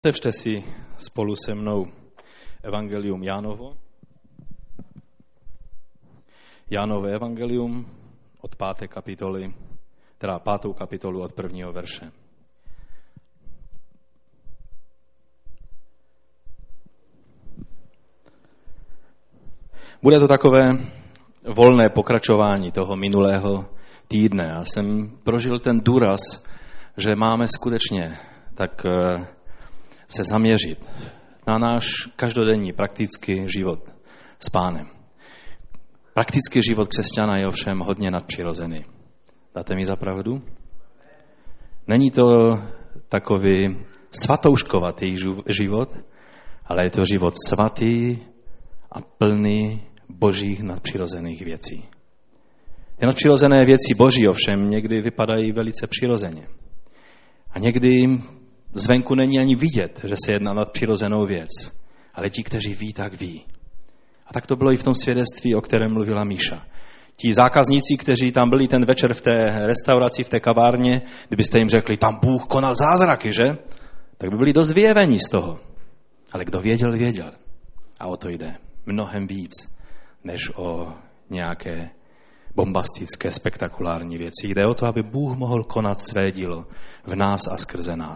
Otevřte si spolu se mnou Evangelium Jánovo. Jánové evangelium od 5. kapitoly, teda 5. kapitolu od 1. verše. Bude to takové volné pokračování toho minulého týdne. Já jsem prožil ten důraz, že máme skutečně tak se zaměřit na náš každodenní praktický život s Pánem. Praktický život křesťana je ovšem hodně nadpřirozený. Dáte mi za pravdu? Není to takový svatouškovatý život, ale je to život svatý a plný božích nadpřirozených věcí. Ty nadpřirozené věci boží ovšem někdy vypadají velice přirozeně. A někdy zvenku není ani vidět, že se jedná nadpřirozenou věc. Ale ti, kteří ví, tak ví. A tak to bylo i v tom svědectví, o kterém mluvila Míša. Ti zákazníci, kteří tam byli ten večer v té restauraci, v té kavárně, kdybyste jim řekli, tam Bůh konal zázraky, že? Tak by byli dost vyjevení z toho. Ale kdo věděl, věděl. A o to jde. Mnohem víc, než o nějaké bombastické, spektakulární věci. Jde o to, aby Bůh mohl konat své dílo v nás a skrze nás.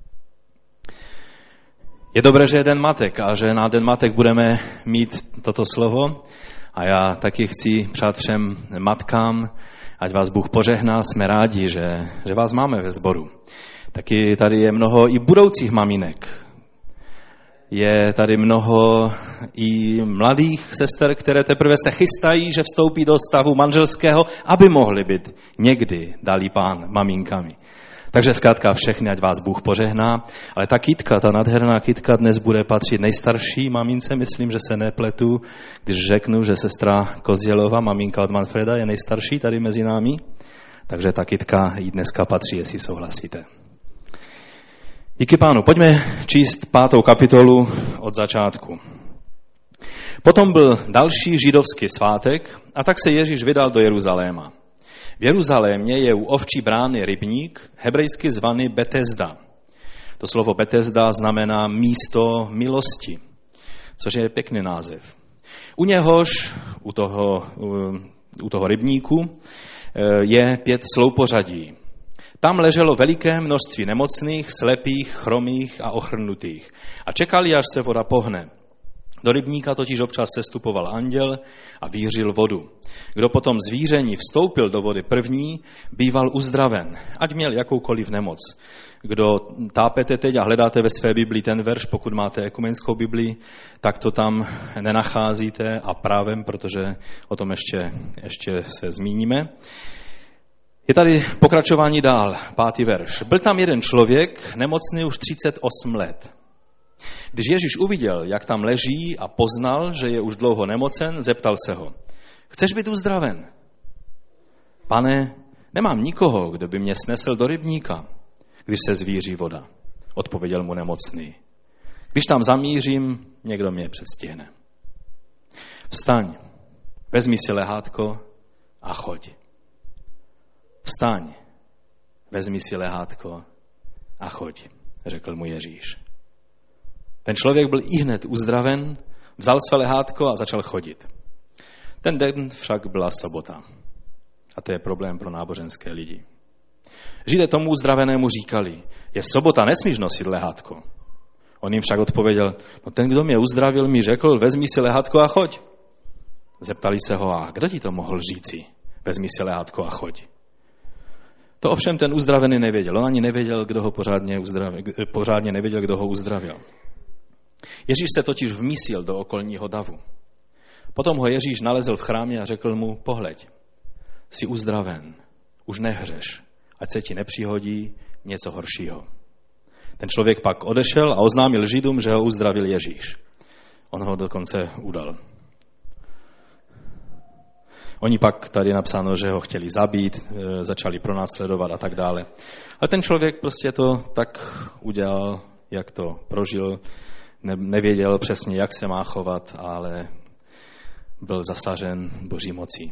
Je dobré, že je Den matek a že na Den matek budeme mít toto slovo. A já taky chci přát všem matkám, ať vás Bůh požehná, jsme rádi, že vás máme ve sboru. Taky tady je mnoho i budoucích maminek. Je tady mnoho i mladých sester, které teprve se chystají, že vstoupí do stavu manželského, aby mohly být někdy, dali Pán, maminkami. Takže zkrátka všechny, ať vás Bůh požehná. Ale ta kytka, ta nádherná kytka dnes bude patřit nejstarší mamince, myslím, že se nepletu, když řeknu, že sestra Kozělova, maminka od Manfreda, je nejstarší tady mezi námi. Takže ta kytka jí dneska patří, jestli souhlasíte. Díky Pánu. Pojďme číst 5. kapitolu od začátku. Potom byl další židovský svátek a tak se Ježíš vydal do Jeruzaléma. V Jeruzalémě je u ovčí brány rybník, hebrejsky zvaný Betesda. To slovo Betesda znamená místo milosti, což je pěkný název. U něhož, u toho rybníku, je 5 sloupořadí. Tam leželo veliké množství nemocných, slepých, chromých a ochrnutých. A čekali, až se voda pohne. Do rybníka totiž občas sestupoval anděl a vířil vodu. Kdo potom z víření vstoupil do vody první, býval uzdraven, ať měl jakoukoliv nemoc. Kdo tápete teď a hledáte ve své Biblii ten verš, pokud máte ekumenickou Biblii, tak to tam nenacházíte a právem, protože o tom ještě se zmíníme. Je tady pokračování dál, 5. verš. Byl tam jeden člověk, nemocný už 38 let. Když Ježíš uviděl, jak tam leží a poznal, že je už dlouho nemocen, zeptal se ho. Chceš být uzdraven? Pane, nemám nikoho, kdo by mě snesl do rybníka, když se zvíří voda. Odpověděl mu nemocný. Když tam zamířím, někdo mě předstihne. Vstaň, vezmi si lehátko a choď. Vstaň, vezmi si lehátko a choď, řekl mu Ježíš. Ten člověk byl ihned uzdraven, vzal své lehátko a začal chodit. Ten den však byla sobota. A to je problém pro náboženské lidi. Židé tomu uzdravenému říkali, je sobota, nesmíš nosit lehátko. On jim však odpověděl, no ten, kdo mě uzdravil, mi řekl, vezmi si lehátko a choď. Zeptali se ho, a kdo ti to mohl říci? Vezmi si lehátko a choď. To ovšem ten uzdravený nevěděl. On ani nevěděl, kdo ho pořádně nevěděl, kdo ho uzdravil. Ježíš se totiž vmísil do okolního davu. Potom ho Ježíš nalezl v chrámě a řekl mu, pohleď, jsi uzdraven, už nehřeš, ať se ti nepřihodí něco horšího. Ten člověk pak odešel a oznámil Židům, že ho uzdravil Ježíš. On ho dokonce udal. Oni pak tady napsáno, že ho chtěli zabít, začali pronásledovat a tak dále. Ale ten člověk prostě to tak udělal, jak to prožil, nevěděl přesně, jak se má chovat, ale byl zasažen Boží mocí.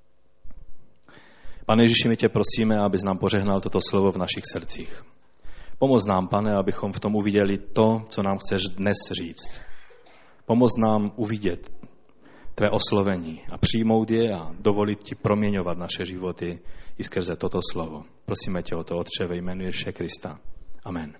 Pane Ježíši, my tě prosíme, abys nám požehnal toto slovo v našich srdcích. Pomoz nám, Pane, abychom v tom uviděli to, co nám chceš dnes říct. Pomoz nám uvidět tvé oslovení a přijmout je a dovolit ti proměňovat naše životy i skrze toto slovo. Prosíme tě o to, Otče, ve jménu Ježíše Krista. Amen.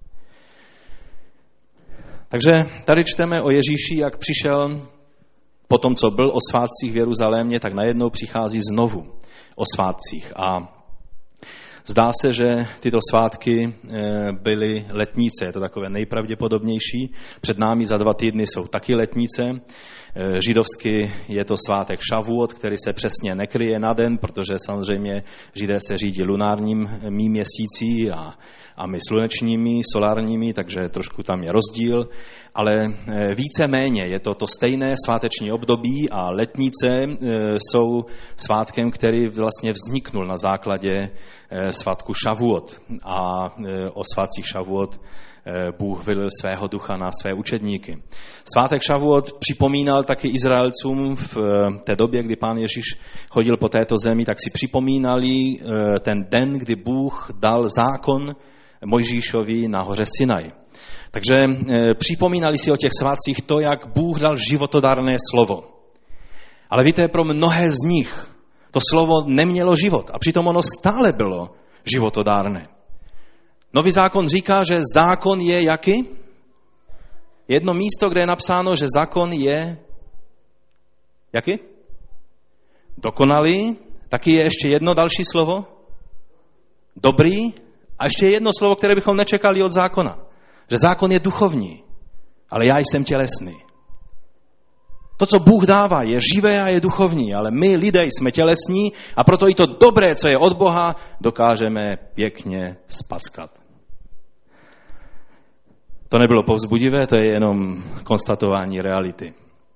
Takže tady čteme o Ježíši, jak přišel po tom, co byl o svátcích v Jeruzalémě, tak najednou přichází znovu o svátcích. A zdá se, že tyto svátky byly letnice, je to takové nejpravděpodobnější. Před námi za 2 týdny jsou taky letnice. Židovsky je to svátek Šavuot, který se přesně nekryje na den, protože samozřejmě Židé se řídí lunárním měsící a my slunečními, solárními, takže trošku tam je rozdíl. Ale víceméně je to stejné sváteční období a letnice jsou svátkem, který vlastně vzniknul na základě svátku Šavuot. A o svátcích Šavuot Bůh vylil svého ducha na své učedníky. Svátek Šavuot připomínal taky Izraelcům v té době, kdy Pán Ježíš chodil po této zemi, tak si připomínali ten den, kdy Bůh dal zákon Mojžíšovi na hoře Sinaj. Takže připomínali si o těch svátcích to, jak Bůh dal životodárné slovo. Ale víte, pro mnohé z nich to slovo nemělo život a přitom ono stále bylo životodárné. Nový zákon říká, že zákon je jaký? Jedno místo, kde je napsáno, že zákon je jaký? Dokonalý. Taky je ještě jedno další slovo? Dobrý. A ještě jedno slovo, které bychom nečekali od zákona. Že zákon je duchovní, ale já jsem tělesný. To, co Bůh dává, je živé a je duchovní, ale my lidé jsme tělesní a proto i to dobré, co je od Boha, dokážeme pěkně spackat. To nebylo povzbudivé, to je jenom konstatování reality.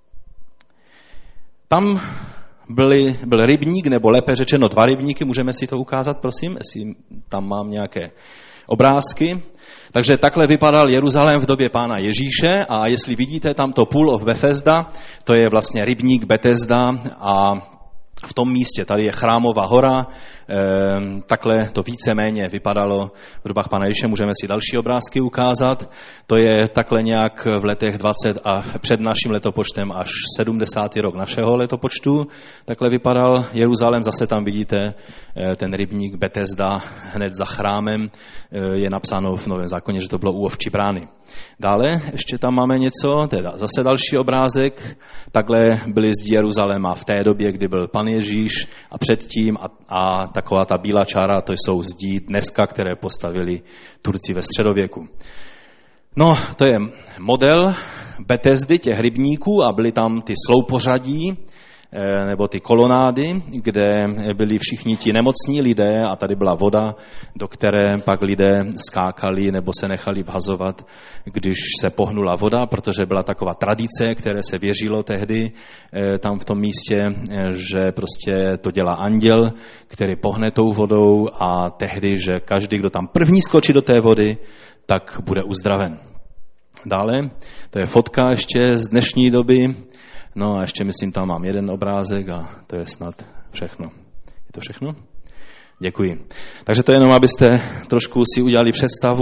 Tam byl rybník, nebo lépe řečeno 2 rybníky, můžeme si to ukázat, prosím, jestli tam mám nějaké obrázky. Takže takhle vypadal Jeruzalém v době Pána Ježíše a jestli vidíte tam to Pool of Bethesda, to je vlastně rybník Betesda a v tom místě, tady je Chrámová hora, takhle to víceméně vypadalo v dobách Pána Ježíše, můžeme si další obrázky ukázat, to je takhle nějak v letech 20 a před naším letopočtem až 70. rok našeho letopočtu, takhle vypadal Jeruzalém, zase tam vidíte ten rybník Betesda hned za chrámem, je napsáno v Novém zákoně, že to bylo u ovčí brány. Dále ještě tam máme něco, teda zase další obrázek, takhle byly zdi Jeruzaléma v té době, kdy byl Pan Ježíš a předtím a taková ta bílá čára, to jsou zdi dneska, které postavili Turci ve středověku. No, to je model Betesdy, těch rybníků a byly tam ty sloupořadí, nebo ty kolonády, kde byli všichni ti nemocní lidé a tady byla voda, do které pak lidé skákali nebo se nechali vhazovat, když se pohnula voda, protože byla taková tradice, které se věřilo tehdy tam v tom místě, že prostě to dělá anděl, který pohne tou vodou a tehdy, že každý, kdo tam první skočí do té vody, tak bude uzdraven. Dále, to je fotka ještě z dnešní doby. No a ještě myslím, tam mám jeden obrázek a to je snad všechno. Je to všechno? Děkuji. Takže to jenom, abyste trošku si udělali představu,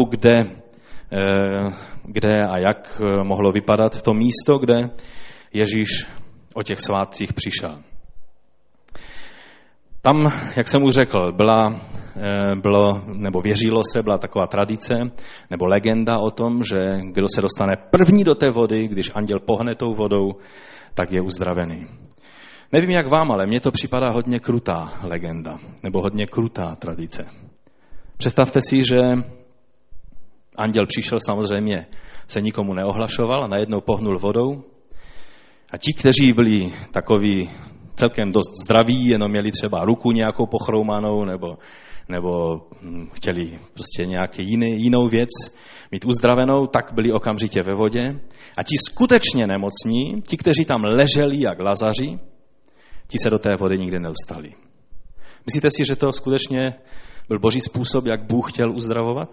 kde a jak mohlo vypadat to místo, kde Ježíš o těch svátcích přišel. Tam, jak jsem už řekl, věřilo se, byla taková tradice nebo legenda o tom, že kdo se dostane první do té vody, když anděl pohne tou vodou, tak je uzdravený. Nevím, jak vám, ale mně to připadá hodně krutá legenda, nebo hodně krutá tradice. Představte si, že anděl přišel, samozřejmě se nikomu neohlašoval a najednou pohnul vodou a ti, kteří byli takoví celkem dost zdraví, jenom měli třeba ruku nějakou pochroumanou, nebo chtěli prostě nějakou jinou věc mít uzdravenou, tak byli okamžitě ve vodě. A ti skutečně nemocní, ti, kteří tam leželi jak Lazaři, ti se do té vody nikdy nedostali. Myslíte si, že to skutečně byl boží způsob, jak Bůh chtěl uzdravovat?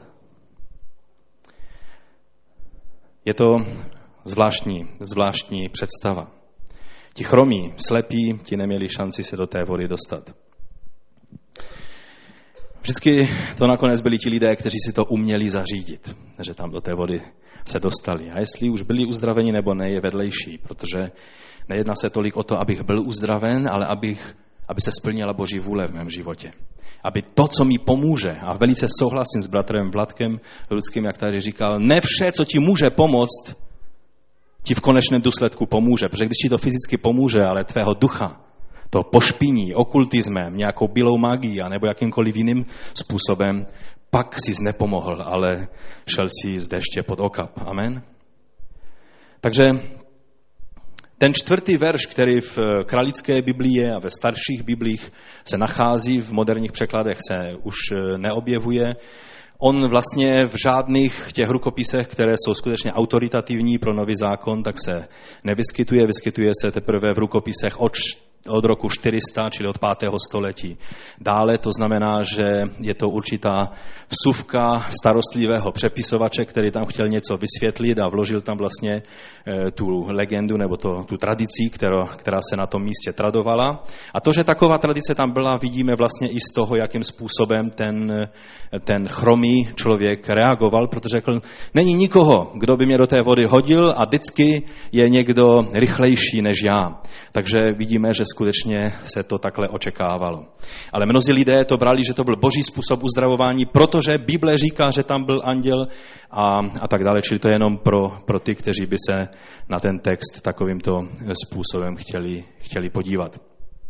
Je to zvláštní představa. Ti chromí, slepí, ti neměli šanci se do té vody dostat. Vždycky to nakonec byli ti lidé, kteří si to uměli zařídit, že tam do té vody se dostali. A jestli už byli uzdraveni nebo ne, je vedlejší, protože nejedná se tolik o to, abych byl uzdraven, ale aby se splnila Boží vůle v mém životě. Aby to, co mi pomůže, a velice souhlasím s bratrem Vladkem Rudským, jak tady říkal, ne vše, co ti může pomoct, ti v konečném důsledku pomůže. Protože když ti to fyzicky pomůže, ale tvého ducha to pošpiní okultismem, nějakou bílou magií nebo jakýmkoliv jiným způsobem, pak jsi nepomohl, ale šel si z deště pod okap. Amen. Takže ten 4. verš, který v kralické Biblii a ve starších Biblích se nachází, v moderních překladech se už neobjevuje. On vlastně v žádných těch rukopisech, které jsou skutečně autoritativní pro Nový zákon, tak se nevyskytuje. Vyskytuje se teprve v rukopisech od roku 400, čili od 5. století. Dále to znamená, že je to určitá vsuvka starostlivého přepisovače, který tam chtěl něco vysvětlit a vložil tam vlastně tu legendu nebo tu tradici, která se na tom místě tradovala. A to, že taková tradice tam byla, vidíme vlastně i z toho, jakým způsobem ten chromý člověk reagoval, protože řekl, není nikoho, kdo by mě do té vody hodil a vždycky je někdo rychlejší než já. Takže vidíme, že skutečně se to takhle očekávalo. Ale mnozí lidé to brali, že to byl boží způsob uzdravování, protože Bible říká, že tam byl anděl a tak dále. Čili to je jenom pro ty, kteří by se na ten text takovýmto způsobem chtěli podívat.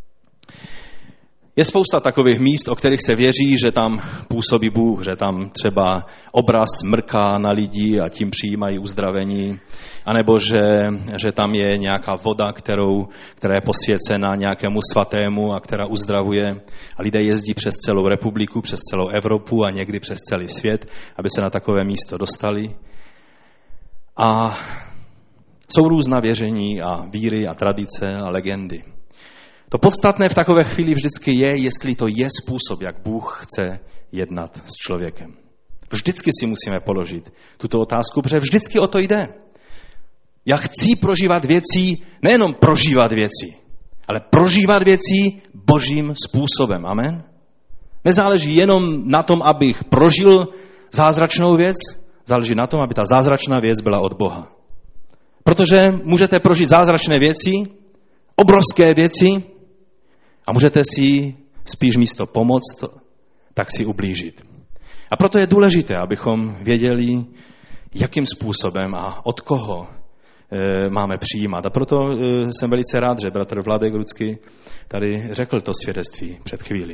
Je spousta takových míst, o kterých se věří, že tam působí Bůh, že tam třeba obraz mrká na lidi a tím přijímají uzdravení, anebo že tam je nějaká voda, která je posvěcena nějakému svatému a která uzdravuje. A lidé jezdí přes celou republiku, přes celou Evropu a někdy přes celý svět, aby se na takové místo dostali. A jsou různá věření a víry a tradice a legendy. To podstatné v takové chvíli vždycky je, jestli to je způsob, jak Bůh chce jednat s člověkem. Vždycky si musíme položit tuto otázku, protože vždycky o to jde. Já chci prožívat věci, nejenom prožívat věci, ale prožívat věci božím způsobem. Amen? Nezáleží jenom na tom, abych prožil zázračnou věc, záleží na tom, aby ta zázračná věc byla od Boha. Protože můžete prožít zázračné věci, obrovské věci, a můžete si spíš místo pomoct, tak si ublížit. A proto je důležité, abychom věděli, jakým způsobem a od koho máme přijímat. A proto jsem velice rád, že bratr Vladek Rudský tady řekl to svědectví před chvílí.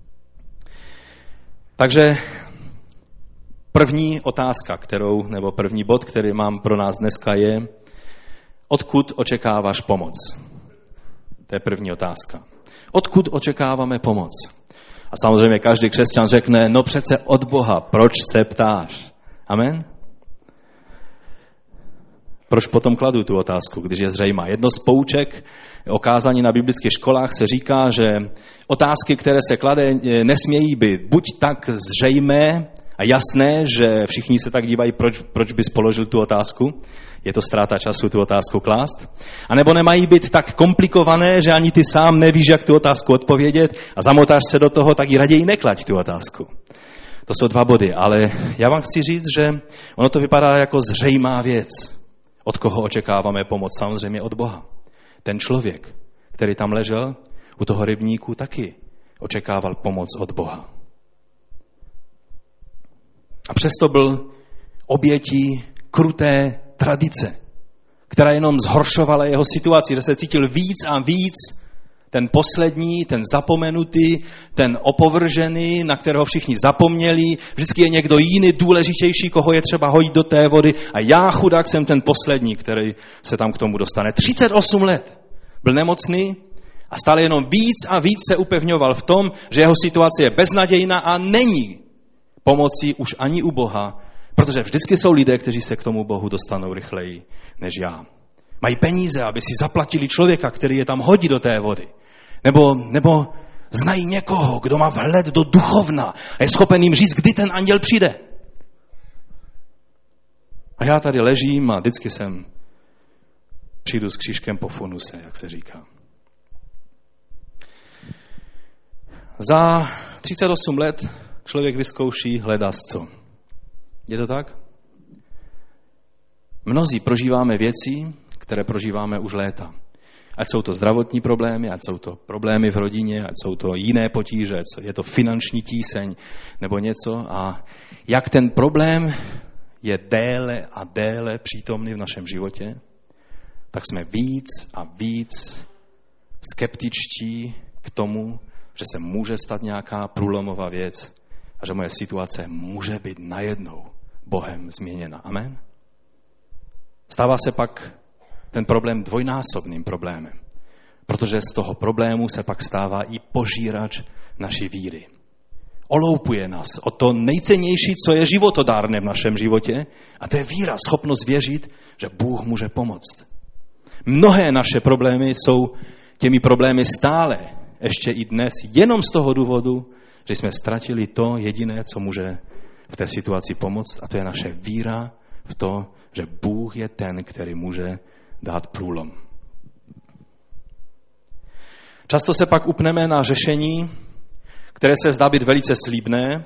Takže první otázka, nebo první bod, který mám pro nás dneska je, odkud očekáváš pomoc? To je první otázka. Odkud očekáváme pomoc? A samozřejmě každý křesťan řekne, no přece od Boha, proč se ptáš? Amen? Proč potom kladu tu otázku, když je zřejmá? Jedno z pouček o kázání na biblických školách se říká, že otázky, které se klade, nesmějí být buď tak zřejmé a jasné, že všichni se tak dívají, proč bys položil tu otázku. Je to ztráta času tu otázku klást. A nebo nemají být tak komplikované, že ani ty sám nevíš, jak tu otázku odpovědět a zamotáš se do toho, tak i raději neklaď tu otázku. To jsou dva body, ale já vám chci říct, že ono to vypadá jako zřejmá věc. Od koho očekáváme pomoc? Samozřejmě od Boha. Ten člověk, který tam ležel u toho rybníku, taky očekával pomoc od Boha. A přesto byl obětí kruté tradice, která jenom zhoršovala jeho situaci, že se cítil víc a víc ten poslední, ten zapomenutý, ten opovržený, na kterého všichni zapomněli. Vždycky je někdo jiný důležitější, koho je třeba hodit do té vody a já chudák jsem ten poslední, který se tam k tomu dostane. 38 let byl nemocný a stále jenom víc a víc se upevňoval v tom, že jeho situace je beznadějná a není pomoci už ani u Boha, protože vždycky jsou lidé, kteří se k tomu Bohu dostanou rychleji než já. Mají peníze, aby si zaplatili člověka, který je tam hodí do té vody. Nebo znají někoho, kdo má vhled do duchovna a je schopen jim říct, kdy ten anděl přijde. A já tady ležím a vždycky přijdu s křížkem po funuse, jak se říká. Za 38 let člověk vyzkouší hledasco. Je to tak? Mnozí prožíváme věci, které prožíváme už léta. Ať jsou to zdravotní problémy, ať jsou to problémy v rodině, ať jsou to jiné potíže, je to finanční tíseň nebo něco. A jak ten problém je déle a déle přítomný v našem životě, tak jsme víc a víc skeptičtí k tomu, že se může stát nějaká průlomová věc a že moje situace může být najednou Bohem změněna. Amen? Stává se pak ten problém dvojnásobným problémem, protože z toho problému se pak stává i požírač naší víry. Oloupuje nás o to nejcennější, co je životodárné v našem životě, a to je víra, schopnost věřit, že Bůh může pomoct. Mnohé naše problémy jsou těmi problémy stále, ještě i dnes, jenom z toho důvodu, že jsme ztratili to jediné, co může v té situaci pomoct, a to je naše víra v to, že Bůh je ten, který může dát průlom. Často se pak upneme na řešení, které se zdá být velice slíbné,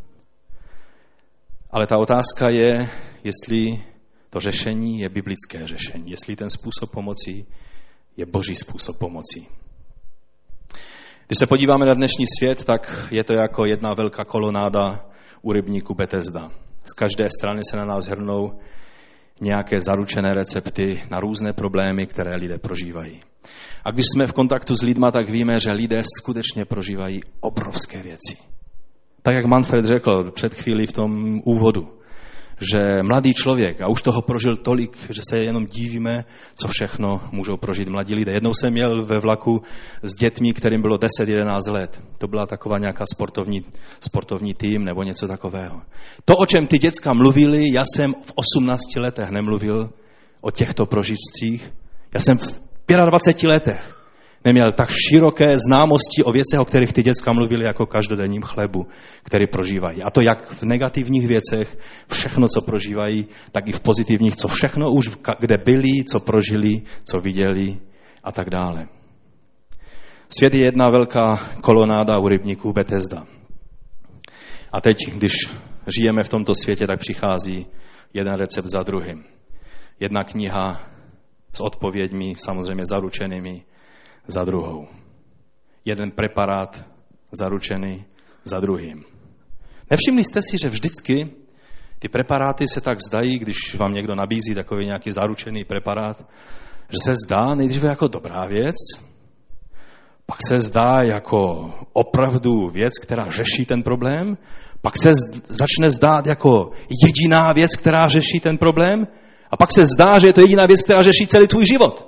ale ta otázka je, jestli to řešení je biblické řešení, jestli ten způsob pomoci je boží způsob pomoci. Když se podíváme na dnešní svět, tak je to jako jedna velká kolonáda u rybníku Bethesda. Z každé strany se na nás hrnou nějaké zaručené recepty na různé problémy, které lidé prožívají. A když jsme v kontaktu s lidma, tak víme, že lidé skutečně prožívají obrovské věci. Tak jak Manfred řekl před chvílí v tom úvodu, že mladý člověk, a už toho prožil tolik, že se jenom divíme, co všechno můžou prožít mladí lidé. Jednou jsem měl ve vlaku s dětmi, kterým bylo 10-11 let. To byla taková nějaká sportovní tým nebo něco takového. To, o čem ty děcka mluvili, já jsem v 18 letech nemluvil o těchto prožitcích. Já jsem v 25 letech neměl tak široké známosti o věcech, o kterých ty děcka mluvili, jako každodenním chlebu, který prožívají. A to jak v negativních věcech, všechno, co prožívají, tak i v pozitivních, co všechno už kde byli, co prožili, co viděli a tak dále. Svět je jedna velká kolonáda u rybníků Bethesda. A teď, když žijeme v tomto světě, tak přichází jeden recept za druhým. Jedna kniha s odpověďmi, samozřejmě zaručenými, za druhou. Jeden preparát zaručený za druhým. Nevšimli jste si, že vždycky ty preparáty se tak zdají, když vám někdo nabízí takový nějaký zaručený preparát, že se zdá nejdříve jako dobrá věc, pak se zdá jako opravdu věc, která řeší ten problém, pak se začne zdát jako jediná věc, která řeší ten problém, a pak se zdá, že je to jediná věc, která řeší celý tvůj život.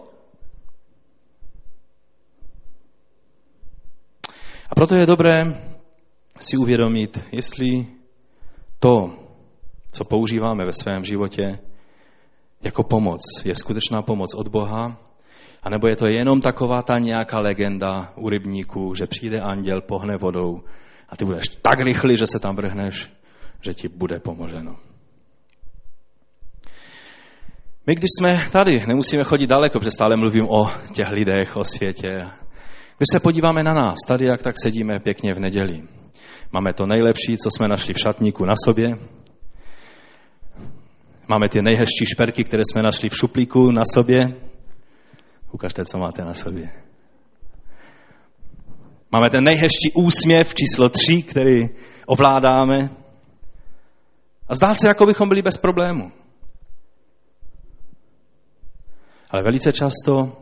A proto je dobré si uvědomit, jestli to, co používáme ve svém životě jako pomoc, je skutečná pomoc od Boha, anebo je to jenom taková ta nějaká legenda u rybníku, že přijde anděl, pohne vodou a ty budeš tak rychlý, že se tam vrhneš, že ti bude pomoženo. My, když jsme tady, nemusíme chodit daleko, protože stále mluvím o těch lidech, o světě. Když se podíváme na nás, tady jak tak sedíme pěkně v neděli. Máme to nejlepší, co jsme našli v šatníku na sobě. Máme ty nejhezčí šperky, které jsme našli v šuplíku na sobě. Ukažte, co máte na sobě. Máme ten nejhezčí úsměv číslo 3, který ovládáme. A zdá se, jako bychom byli bez problému. Ale velice často,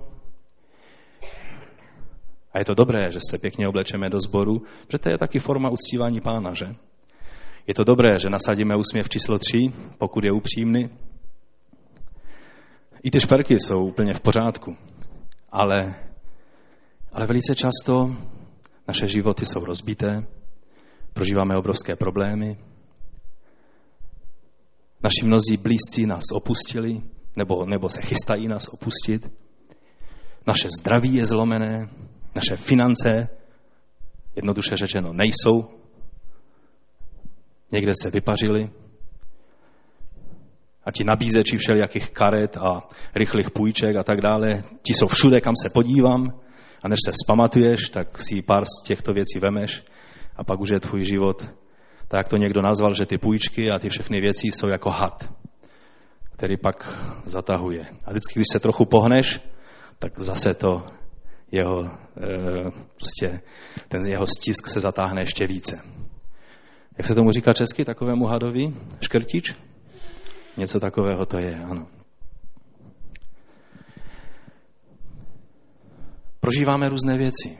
a je to dobré, že se pěkně oblečeme do sboru, protože to je taky forma uctívání Pána, že? Je to dobré, že nasadíme úsměv číslo 3, pokud je upřímný. I ty šperky jsou úplně v pořádku. Ale velice často naše životy jsou rozbité, prožíváme obrovské problémy. Naši mnozí blízcí nás opustili, nebo se chystají nás opustit. Naše zdraví je zlomené, naše finance, jednoduše řečeno, nejsou. Někde se vypařili. A ti nabízeči všelijakých karet a rychlých půjček a tak dále, ti jsou všude, kam se podívám. A než se vzpamatuješ, tak si pár z těchto věcí vemeš a pak už je tvůj život Tak jak to někdo nazval, že ty půjčky a ty všechny věci jsou jako had, který pak zatahuje. A vždycky, když se trochu pohneš, tak zase to ten jeho stisk se zatáhne ještě více. Jak se tomu říká česky, takovému hadovi? Škrtič? Něco takového to je, ano. Prožíváme různé věci.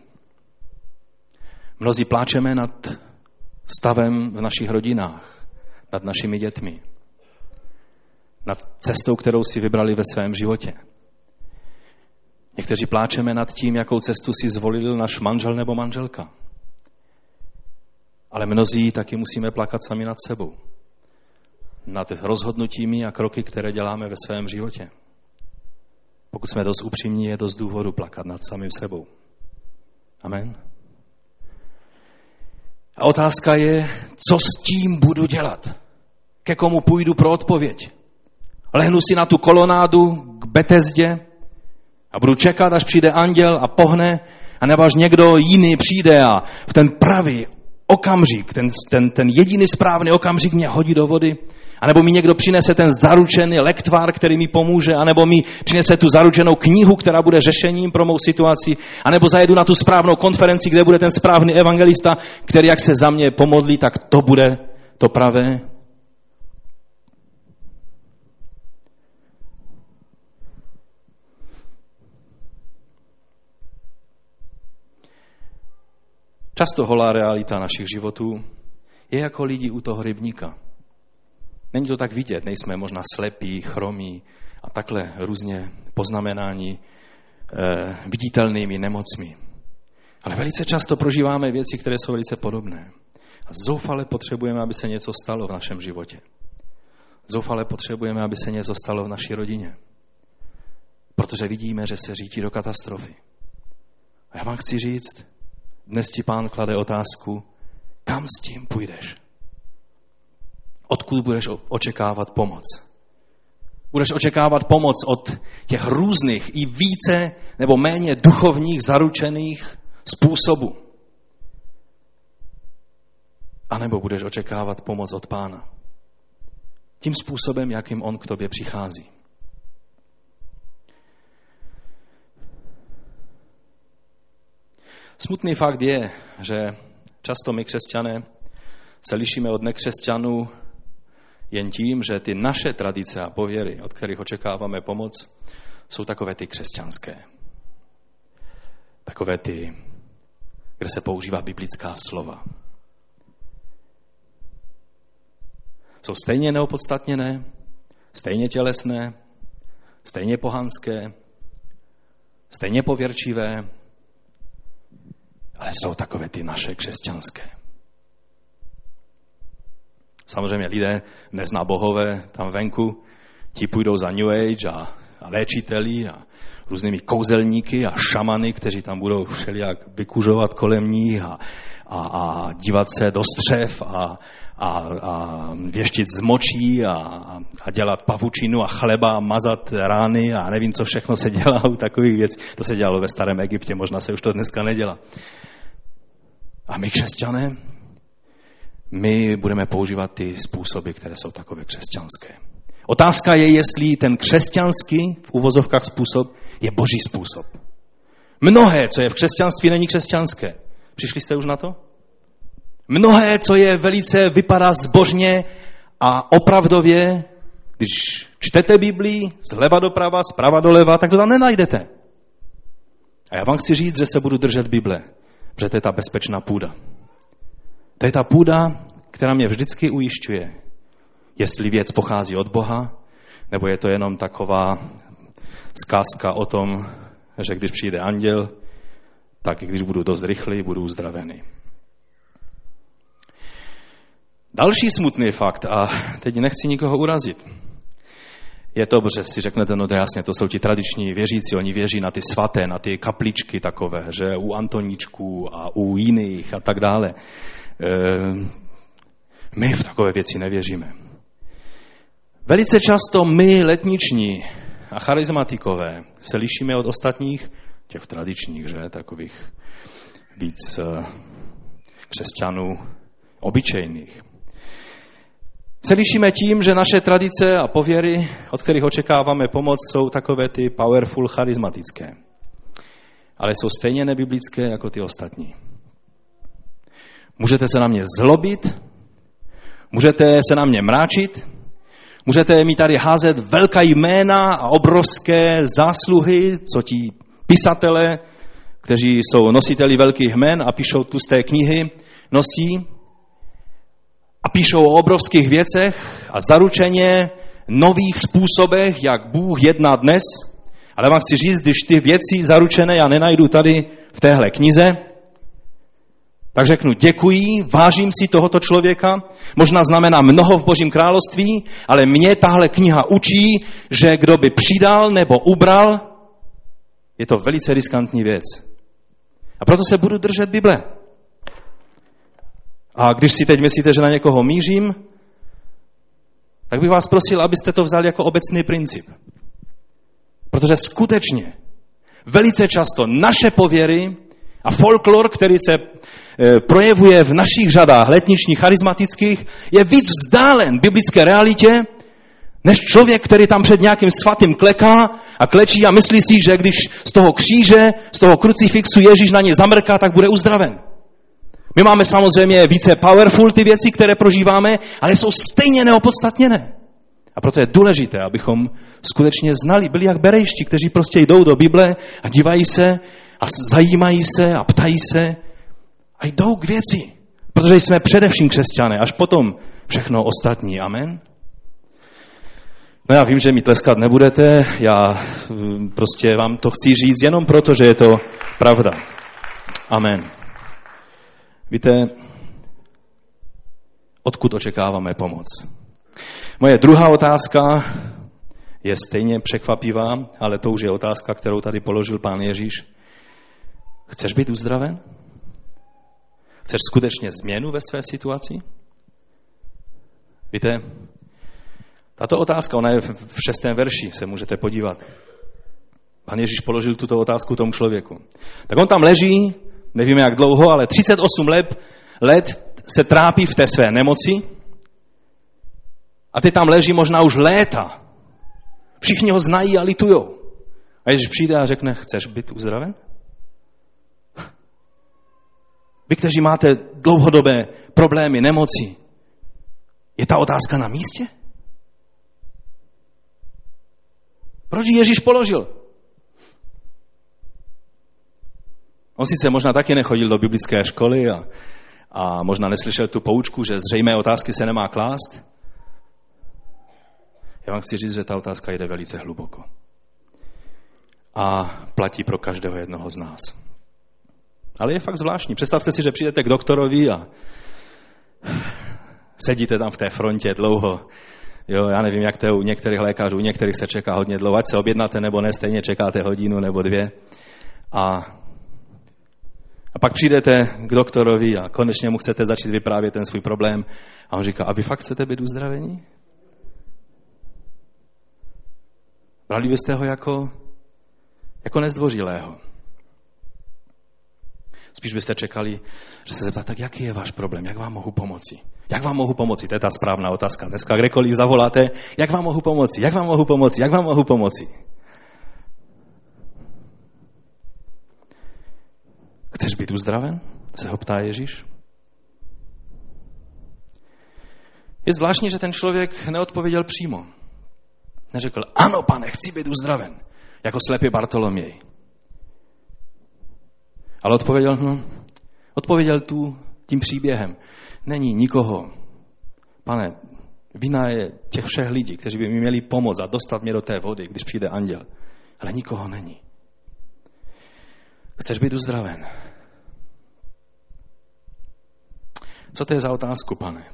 Mnozí pláčeme nad stavem v našich rodinách, nad našimi dětmi, nad cestou, kterou si vybrali ve svém životě. Někteří pláčeme nad tím, jakou cestu si zvolil náš manžel nebo manželka. Ale mnozí taky musíme plakat sami nad sebou. Nad rozhodnutími a kroky, které děláme ve svém životě. Pokud jsme dost upřímní, je dost důvodu plakat nad samým sebou. Amen. A otázka je, co s tím budu dělat? Ke komu půjdu pro odpověď? Lehnu si na tu kolonádu k Betezdě a budu čekat, až přijde anděl a pohne, anebo až někdo jiný přijde a v ten pravý okamžik, ten jediný správný okamžik mě hodí do vody, anebo mi někdo přinese ten zaručený lektvar, který mi pomůže, anebo mi přinese tu zaručenou knihu, která bude řešením pro mou situaci, anebo zajedu na tu správnou konferenci, kde bude ten správný evangelista, který jak se za mě pomodlí, tak to bude to pravé. Často holá realita našich životů je jako lidi u toho rybníka. Není to tak vidět, nejsme možná slepí, chromí a takhle různě poznamenáni viditelnými nemocmi. Ale velice často prožíváme věci, které jsou velice podobné. A zoufale potřebujeme, aby se něco stalo v našem životě. Zoufale potřebujeme, aby se něco stalo v naší rodině. Protože vidíme, že se řítí do katastrofy. A já vám chci říct, dnes ti Pán klade otázku, kam s tím půjdeš? Odkud budeš očekávat pomoc? Budeš očekávat pomoc od těch různých i více nebo méně duchovních zaručených způsobů. A nebo budeš očekávat pomoc od Pána. Tím způsobem, jakým on k tobě přichází. Smutný fakt je, že často my křesťané se lišíme od nekřesťanů jen tím, že ty naše tradice a pověry, od kterých očekáváme pomoc, jsou takové ty křesťanské. Takové ty, kde se používá biblická slova. Jsou stejně neopodstatněné, stejně tělesné, stejně pohanské, stejně pověrčivé, ale jsou takové ty naše křesťanské. Samozřejmě lidé nezná bohové tam venku, ti půjdou za New Age a léčiteli a různými kouzelníky a šamany, kteří tam budou všelijak vykužovat kolem nich a dívat se do střev a věštit z močí a dělat pavučinu a chleba a mazat rány a nevím, co všechno se dělá u takových věcí. To se dělalo ve starém Egyptě, možná se už to dneska nedělá. A my křesťané, my budeme používat ty způsoby, které jsou takové křesťanské. Otázka je, jestli ten křesťanský, v uvozovkách způsob, je boží způsob. Mnohé, co je v křesťanství, není křesťanské. Přišli jste už na to? Mnohé, co je velice, vypadá zbožně a opravdově, když čtete Biblii zleva doprava, zprava doleva, tak to tam nenajdete. A já vám chci říct, že se budu držet Bible, protože to je ta bezpečná půda. To je ta půda, která mě vždycky ujišťuje, jestli věc pochází od Boha, nebo je to jenom taková zkázka o tom, že když přijde anděl, tak i když budu dost rychlý, budu uzdravený. Další smutný fakt, a teď nechci nikoho urazit, je to, že si řeknete, no to jasně, to jsou ti tradiční věřící, oni věří na ty svaté, na ty kapličky takové, že u Antoníčků a u jiných a tak dále. My v takové věci nevěříme. Velice často my, letniční a charizmatikové, se lišíme od ostatních, těch tradičních, že, takových víc křesťanů obyčejných. se lišíme tím, že naše tradice a pověry, od kterých očekáváme pomoc, jsou takové ty powerful, charismatické. Ale jsou stejně nebiblické jako ty ostatní. Můžete se na mě zlobit, můžete se na mě mráčit, můžete mi tady házet velká jména a obrovské zásluhy, co ti pisatele, kteří jsou nositeli velkých jmen a píšou tlusté knihy, nosí a píšou o obrovských věcech a zaručeně nových způsobech, jak Bůh jedná dnes. Ale vám chci říct, když ty věci zaručené já nenajdu tady v téhle knize, tak řeknu děkuji, vážím si tohoto člověka, možná znamená mnoho v Božím království, ale mě tahle kniha učí, že kdo by přidal nebo ubral, je to velice riskantní věc. A proto se budu držet Bible. A když si teď myslíte, že na někoho mířím, tak bych vás prosil, abyste to vzali jako obecný princip. Protože skutečně, velice často naše pověry a folklor, který se projevuje v našich řadách letničních, charismatických, je víc vzdálen biblické realitě, než člověk, který tam před nějakým svatým kleká a klečí a myslí si, že když z toho kříže, z toho krucifixu Ježíš na ně zamrká, tak bude uzdraven. My máme samozřejmě více powerful ty věci, které prožíváme, ale jsou stejně neopodstatněné. A proto je důležité, abychom skutečně znali, byli jak berejští, kteří prostě jdou do Bible a dívají se a zajímají se a ptají se a jdou k věci. Protože jsme především křesťané, až potom všechno ostatní. Amen. No já vím, že mi tleskat nebudete, já prostě vám to chci říct jenom proto, že je to pravda. Amen. Víte, odkud očekáváme pomoc? Moje druhá otázka je stejně překvapivá, ale to už je otázka, kterou tady položil Pán Ježíš. Chceš být uzdraven? Chceš skutečně změnu ve své situaci? Víte, tato otázka, ona je v 6. verši, se můžete podívat. Pán Ježíš položil tuto otázku tomu člověku. Tak on tam leží, nevíme jak dlouho, ale 38 let se trápí v té své nemoci a teď tam leží možná už léta. Všichni ho znají a litujou. A Ježíš přijde a řekne, chceš být uzdraven? Vy, kteří máte dlouhodobé problémy, nemoci, je ta otázka na místě? Proč ji Ježíš položil? On sice možná taky nechodil do biblické školy a možná neslyšel tu poučku, že zřejmé otázky se nemá klást. Já vám chci říct, že ta otázka jde velice hluboko. A platí pro každého jednoho z nás. Ale je fakt zvláštní. Představte si, že přijdete k doktorovi a sedíte tam v té frontě dlouho. Jo, já nevím, jak to je u některých lékařů, u některých se čeká hodně dlouho. Ať se objednáte nebo ne, stejně čekáte hodinu nebo 2. A pak přijdete k doktorovi a konečně mu chcete začít vyprávět ten svůj problém. A on říká, a vy fakt chcete být uzdravení? Brali byste ho jako nezdvořilého. Spíš byste čekali, že se zeptá, tak jaký je váš problém, jak vám mohu pomoci? Jak vám mohu pomoci? To je ta správná otázka. Dneska kdekoliv zavoláte, jak vám mohu pomoci? Jak vám mohu pomoci? Jak vám mohu pomoci? Chceš být uzdraven? Se ho ptá Ježíš. Je zvláštní, že ten člověk neodpověděl přímo. Neřekl, ano, pane, chci být uzdraven, jako slepý Bartoloměj. Ale odpověděl tím příběhem. Není nikoho. Pane, vina je těch všech lidí, kteří by mi měli pomoct a dostat mě do té vody, když přijde anděl. Ale nikoho není. Chceš být uzdraven? Co to je za otázku, pane?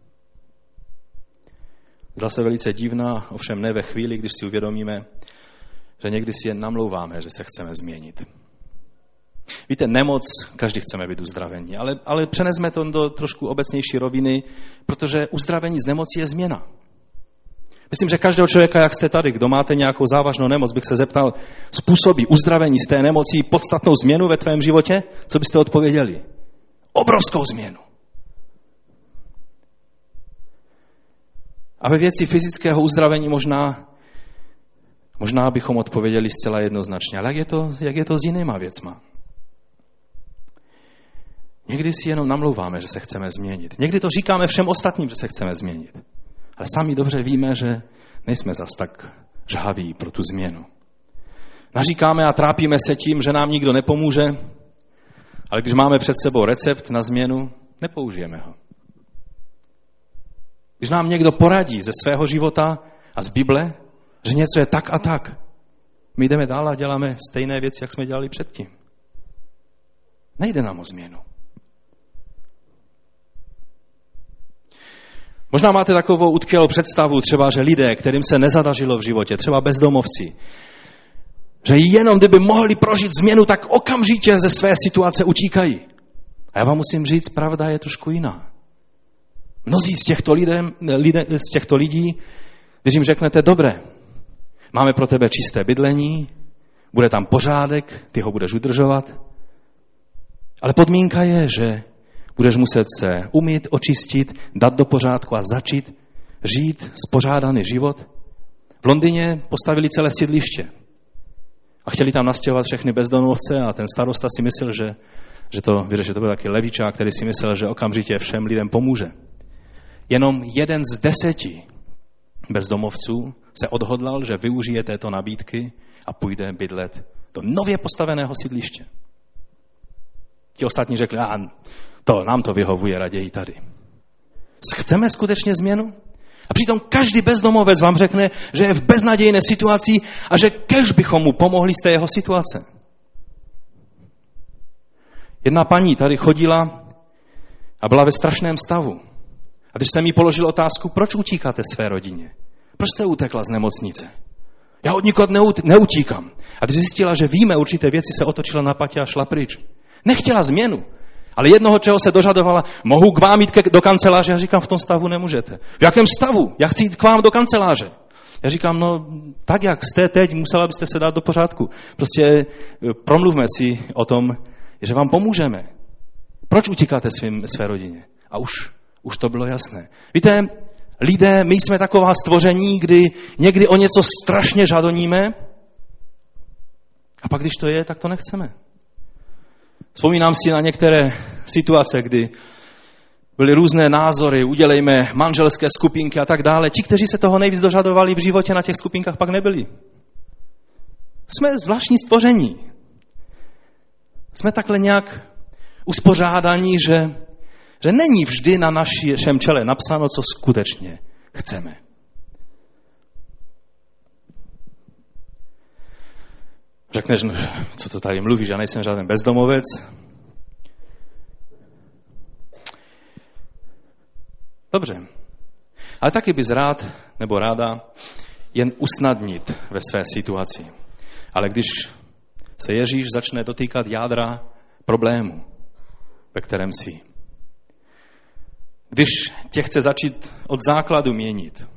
Zase velice divná, ovšem ne ve chvíli, když si uvědomíme, že někdy si jen namlouváme, že se chceme změnit. Víte, nemoc, každý chceme být uzdravení, ale přenesme to do trošku obecnější roviny, protože uzdravení z nemoci je změna. Myslím, že každého člověka, jak jste tady, kdo máte nějakou závažnou nemoc, bych se zeptal, způsobí uzdravení z té nemoci podstatnou změnu ve tvém životě? Co byste odpověděli? Obrovskou změnu. A ve věci fyzického uzdravení možná bychom odpověděli zcela jednoznačně. Ale jak je to s jinýma věcma? Někdy si jenom namlouváme, že se chceme změnit. Někdy to říkáme všem ostatním, že se chceme změnit. Ale sami dobře víme, že nejsme zas tak žhaví pro tu změnu. Naříkáme a trápíme se tím, že nám nikdo nepomůže, ale když máme před sebou recept na změnu, nepoužijeme ho. Když nám někdo poradí ze svého života a z Bible, že něco je tak a tak, my jdeme dál a děláme stejné věci, jak jsme dělali předtím. Nejde nám o změnu. Možná máte takovou utkvělou představu, třeba, že lidé, kterým se nezadařilo v životě, třeba bezdomovci, že jenom kdyby mohli prožít změnu, tak okamžitě ze své situace utíkají. A já vám musím říct, pravda je trošku jiná. Mnozí z těchto lidí, když jim řeknete, dobré, máme pro tebe čisté bydlení, bude tam pořádek, ty ho budeš udržovat, ale podmínka je, že budeš muset se umýt, očistit, dát do pořádku a začít žít spořádaný život. V Londýně postavili celé sídliště a chtěli tam nastěhovat všechny bezdomovce a ten starosta si myslel, že to vyřeší. To byl taky levičák, který si myslel, že okamžitě všem lidem pomůže. Jenom 1 z 10 bezdomovců se odhodlal, že využije této nabídky a půjde bydlet do nově postaveného sídliště. Ti ostatní řekli, nám to vyhovuje raději tady. Chceme skutečně změnu? A přitom každý bezdomovec vám řekne, že je v beznadějné situaci a že kéž bychom mu pomohli z té jeho situace. Jedna paní tady chodila a byla ve strašném stavu. A když jsem jí položil otázku, proč utíkáte své rodině? Proč jste utekla z nemocnice? Já od nikoho neutíkám. A když zjistila, že víme určité věci, se otočila na patě a šla pryč. Nechtěla změnu, ale jednoho, čeho se dožadovala, mohu k vám jít do kanceláře. Já říkám, v tom stavu nemůžete. V jakém stavu? Já chci jít k vám do kanceláře. Já říkám, tak jak jste teď, musela byste se dát do pořádku. Prostě promluvme si o tom, že vám pomůžeme. Proč utíkáte své rodině? A už to bylo jasné. Víte, lidé, my jsme taková stvoření, kdy někdy o něco strašně žadoníme a pak, když to je, tak to nechceme. Vzpomínám si na některé situace, kdy byly různé názory, udělejme manželské skupinky a tak dále. Ti, kteří se toho nejvíc dožadovali v životě, na těch skupinkách pak nebyli. Jsme zvláštní stvoření. Jsme takhle nějak uspořádaní, že není vždy na našem čele napsáno, co skutečně chceme. Řekneš, co to tady mluvíš, já nejsem žádný bezdomovec. Dobře, ale taky bys rád nebo ráda jen usnadnit ve své situaci. Ale když se Ježíš začne dotýkat jádra problému, ve kterém jsi, když tě chce začít od základu měnit,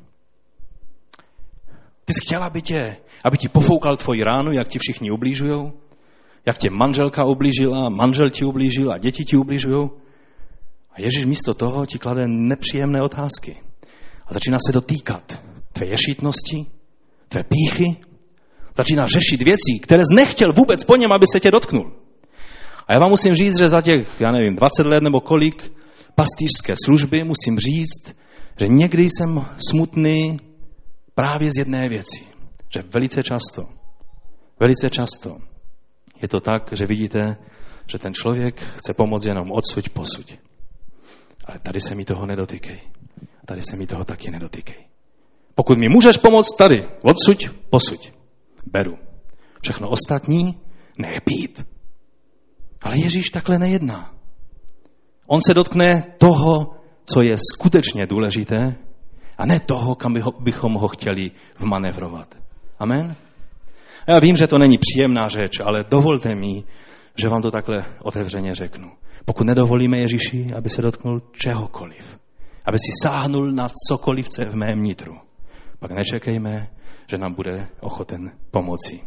ty jsi chtěla, aby ti pofoukal tvoji ránu, jak ti všichni ublížujou, jak tě manželka ublížila, manžel ti ublížil a děti ti ublížujou. A Ježíš místo toho ti klade nepříjemné otázky. A začíná se dotýkat tvé ješitnosti, tvé pýchy. Začíná řešit věci, které jsi nechtěl vůbec po něm, aby se tě dotknul. A já vám musím říct, že za těch, 20 let nebo kolik pastýřské služby musím říct, že někdy jsem smutný právě z jedné věci. Že velice často je to tak, že vidíte, že ten člověk chce pomoct jenom odsuď posuď. Ale tady se mi toho nedotýkej. Tady se mi toho taky nedotýkej. Pokud mi můžeš pomoct tady, odsuď posuď. Beru. Všechno ostatní nech být. Ale Ježíš takhle nejedná. On se dotkne toho, co je skutečně důležité, a ne toho, kam bychom ho chtěli vmanevrovat. Amen? Já vím, že to není příjemná řeč, ale dovolte mi, že vám to takhle otevřeně řeknu. Pokud nedovolíme Ježíši, aby se dotknul čehokoliv, aby si sáhnul na cokoliv, co je v mém nitru, pak nečekejme, že nám bude ochoten pomoci.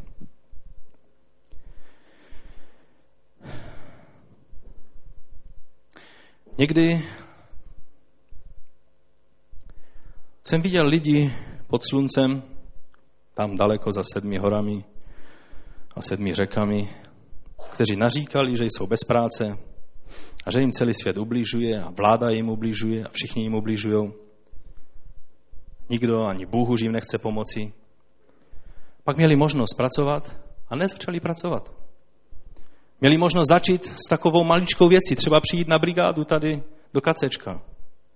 Někdy jsem viděl lidi pod sluncem, tam daleko za 7 horami a 7 řekami, kteří naříkali, že jsou bez práce a že jim celý svět ubližuje a vláda jim ubližuje a všichni jim ubližují. Nikdo, ani Bůh už jim nechce pomoci. Pak měli možnost pracovat a nezačali pracovat. Měli možnost začít s takovou maličkou věcí, třeba přijít na brigádu tady do Kacečka.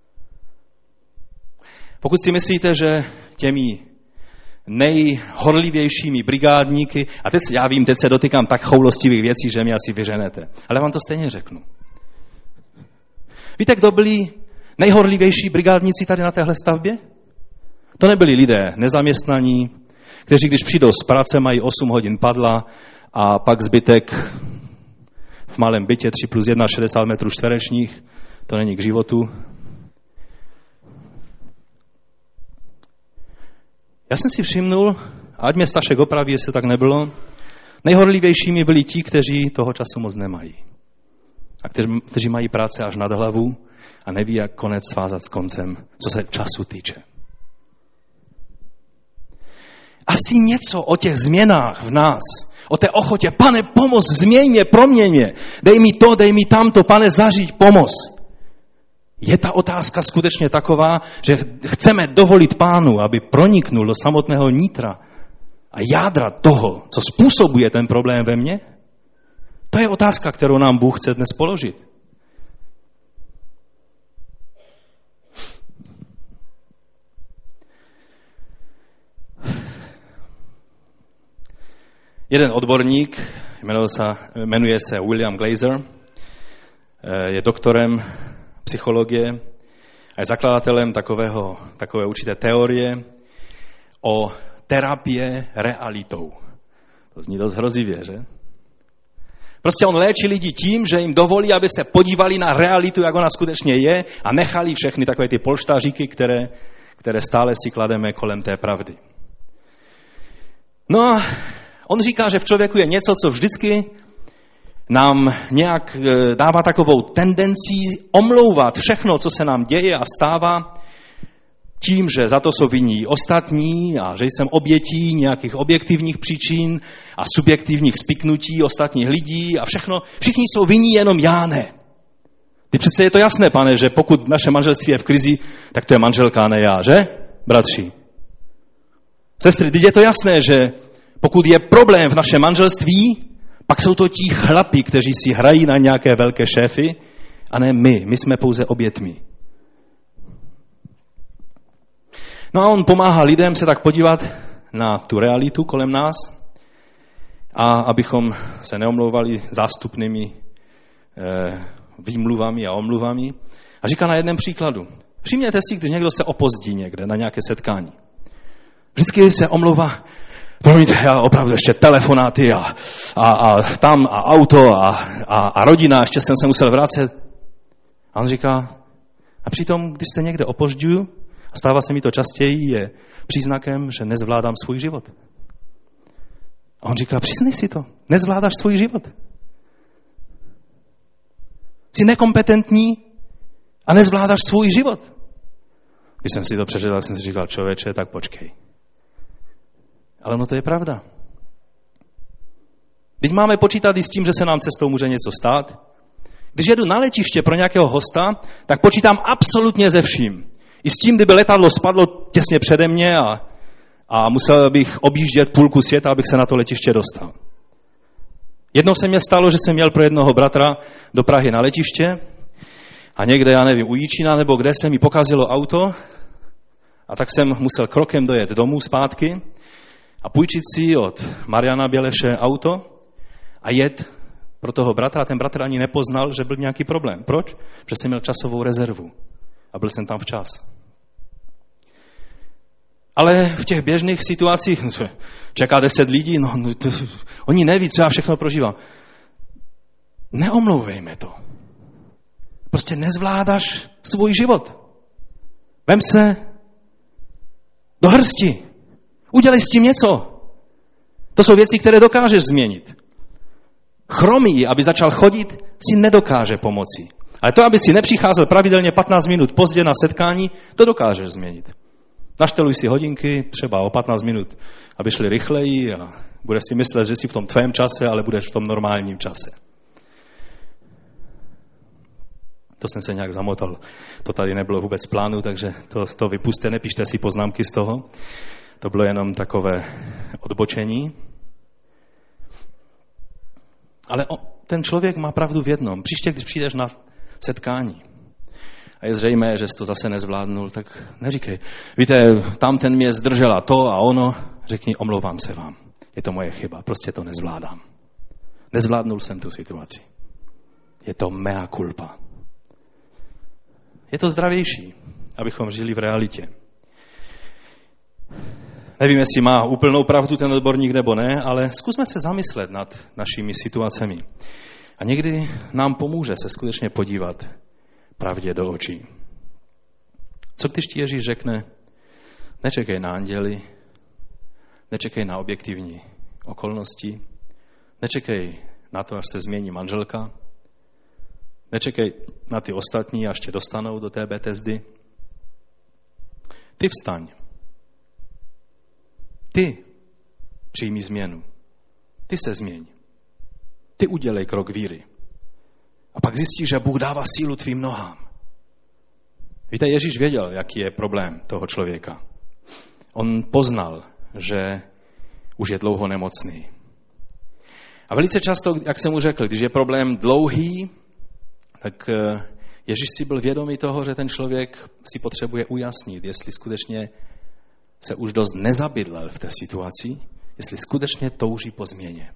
Pokud si myslíte, že těmi nejhorlivějšími brigádníky, a teď já vím, teď se dotýkám tak choulostivých věcí, že mi asi vyženete, ale vám to stejně řeknu. Víte, kdo byli nejhorlivější brigádníci tady na téhle stavbě? To nebyli lidé nezaměstnaní, kteří když přijdou z práce, mají 8 hodin padla a pak zbytek v malém bytě 3+1, 60 metrů čtverečních, to není k životu. Já jsem si všimnul, ať mě Stašek opraví, jestli tak nebylo, nejhorlivějšími byli ti, kteří toho času moc nemají. A kteří mají práce až nad hlavu a neví, jak konec svázat s koncem, co se času týče. Asi něco o těch změnách v nás, o té ochotě, Pane, pomoz, změň mě, proměň mě, dej mi to, dej mi tamto, Pane, zaříď, pomoz. Je ta otázka skutečně taková, že chceme dovolit Pánu, aby proniknul do samotného nitra a jádra toho, co způsobuje ten problém ve mně? To je otázka, kterou nám Bůh chce dnes položit. Jeden odborník, jmenuje se William Glazer, je doktorem psychologie a je zakladatelem takové určité teorie o terapie realitou. To zní dost hrozivě, že? Prostě on léčí lidi tím, že jim dovolí, aby se podívali na realitu, jak ona skutečně je a nechali všechny takové ty polštáříky, které stále si klademe kolem té pravdy. No a on říká, že v člověku je něco, co vždycky nám nějak dává takovou tendenci omlouvat všechno, co se nám děje a stává, tím, že za to jsou vinní ostatní a že jsem obětí nějakých objektivních příčin a subjektivních spiknutí ostatních lidí a všichni jsou vinní, jenom já ne. Ty přece je to jasné, Pane, že pokud naše manželství je v krizi, tak to je manželka a ne já, že? Bratři. Sestry, teď je to jasné, že pokud je problém v našem manželství, pak jsou to ti chlapi, kteří si hrají na nějaké velké šéfy, a ne my. My jsme pouze obětmi. No a on pomáhá lidem se tak podívat na tu realitu kolem nás a abychom se neomlouvali zástupnými výmluvami a omluvami. A říká na jednom příkladu. Všimněte si, když někdo se opozdí někde na nějaké setkání. Vždycky se omlouvá, promiňte, já opravdu ještě telefonáty a tam a auto a rodina, ještě jsem se musel vracet. A on říká, a přitom, když se někde opožďuju, a stává se mi to častěji, je příznakem, že nezvládám svůj život. A on říká, přiznej si to, nezvládáš svůj život. Jsi nekompetentní a nezvládáš svůj život. Když jsem si to přečetl, tak jsem si říkal, člověče, tak počkej. Ale no to je pravda. Teď máme počítat i s tím, že se nám cestou může něco stát. Když jedu na letiště pro nějakého hosta, tak počítám absolutně ze vším. I s tím, kdyby letadlo spadlo těsně přede mě a musel bych objíždět půlku světa, abych se na to letiště dostal. Jednou se mě stalo, že jsem měl pro jednoho bratra do Prahy na letiště a někde, já nevím, u Jíčína nebo kde se mi pokazilo auto a tak jsem musel krokem dojet domů zpátky a půjčit si od Mariana Běleše auto a jet pro toho bratra. A ten bratr ani nepoznal, že byl nějaký problém. Proč? Protože jsem měl časovou rezervu a byl jsem tam včas. Ale v těch běžných situacích čeká 10 lidí, oni neví, co já všechno prožívám. Neomlouvejme to. Prostě nezvládáš svůj život. Vem se do hrsti. Udělej s tím něco. To jsou věci, které dokážeš změnit. Chromý, aby začal chodit, si nedokáže pomoci. Ale to, aby si nepřicházel pravidelně 15 minut pozdě na setkání, to dokážeš změnit. Našteluj si hodinky, třeba o 15 minut, aby šly rychleji a budeš si myslet, že jsi v tom tvém čase, ale budeš v tom normálním čase. To jsem se nějak zamotal. To tady nebylo vůbec v plánu, takže to vypuste, nepíšte si poznámky z toho. To bylo jenom takové odbočení. Ale ten člověk má pravdu v jednom. Příště, když přijdeš na setkání a je zřejmé, že jsi to zase nezvládnul, tak neříkej. Víte, tam ten mě zdržela to a ono, řekni, omlouvám se vám. Je to moje chyba, prostě to nezvládám. Nezvládnul jsem tu situaci. Je to mea culpa. Je to zdravější, abychom žili v realitě. Nevím, jestli má úplnou pravdu ten odborník nebo ne, ale zkusme se zamyslet nad našimi situacemi. A někdy nám pomůže se skutečně podívat pravdě do očí. Co když ti Ježíš řekne, nečekej na anděli, nečekej na objektivní okolnosti, nečekej na to, až se změní manželka, nečekej na ty ostatní, až tě dostanou do té Betesdy. Ty vstaň. Ty přijmi změnu. Ty se změň. Ty udělej krok víry. A pak zjistíš, že Bůh dává sílu tvým nohám. Víte, Ježíš věděl, jaký je problém toho člověka. On poznal, že už je dlouho nemocný. A velice často, jak jsem mu řekl, když je problém dlouhý, tak Ježíš si byl vědomý toho, že ten člověk si potřebuje ujasnit, jestli skutečně se už dost nezabydlel v té situaci, jestli skutečně touží po změně.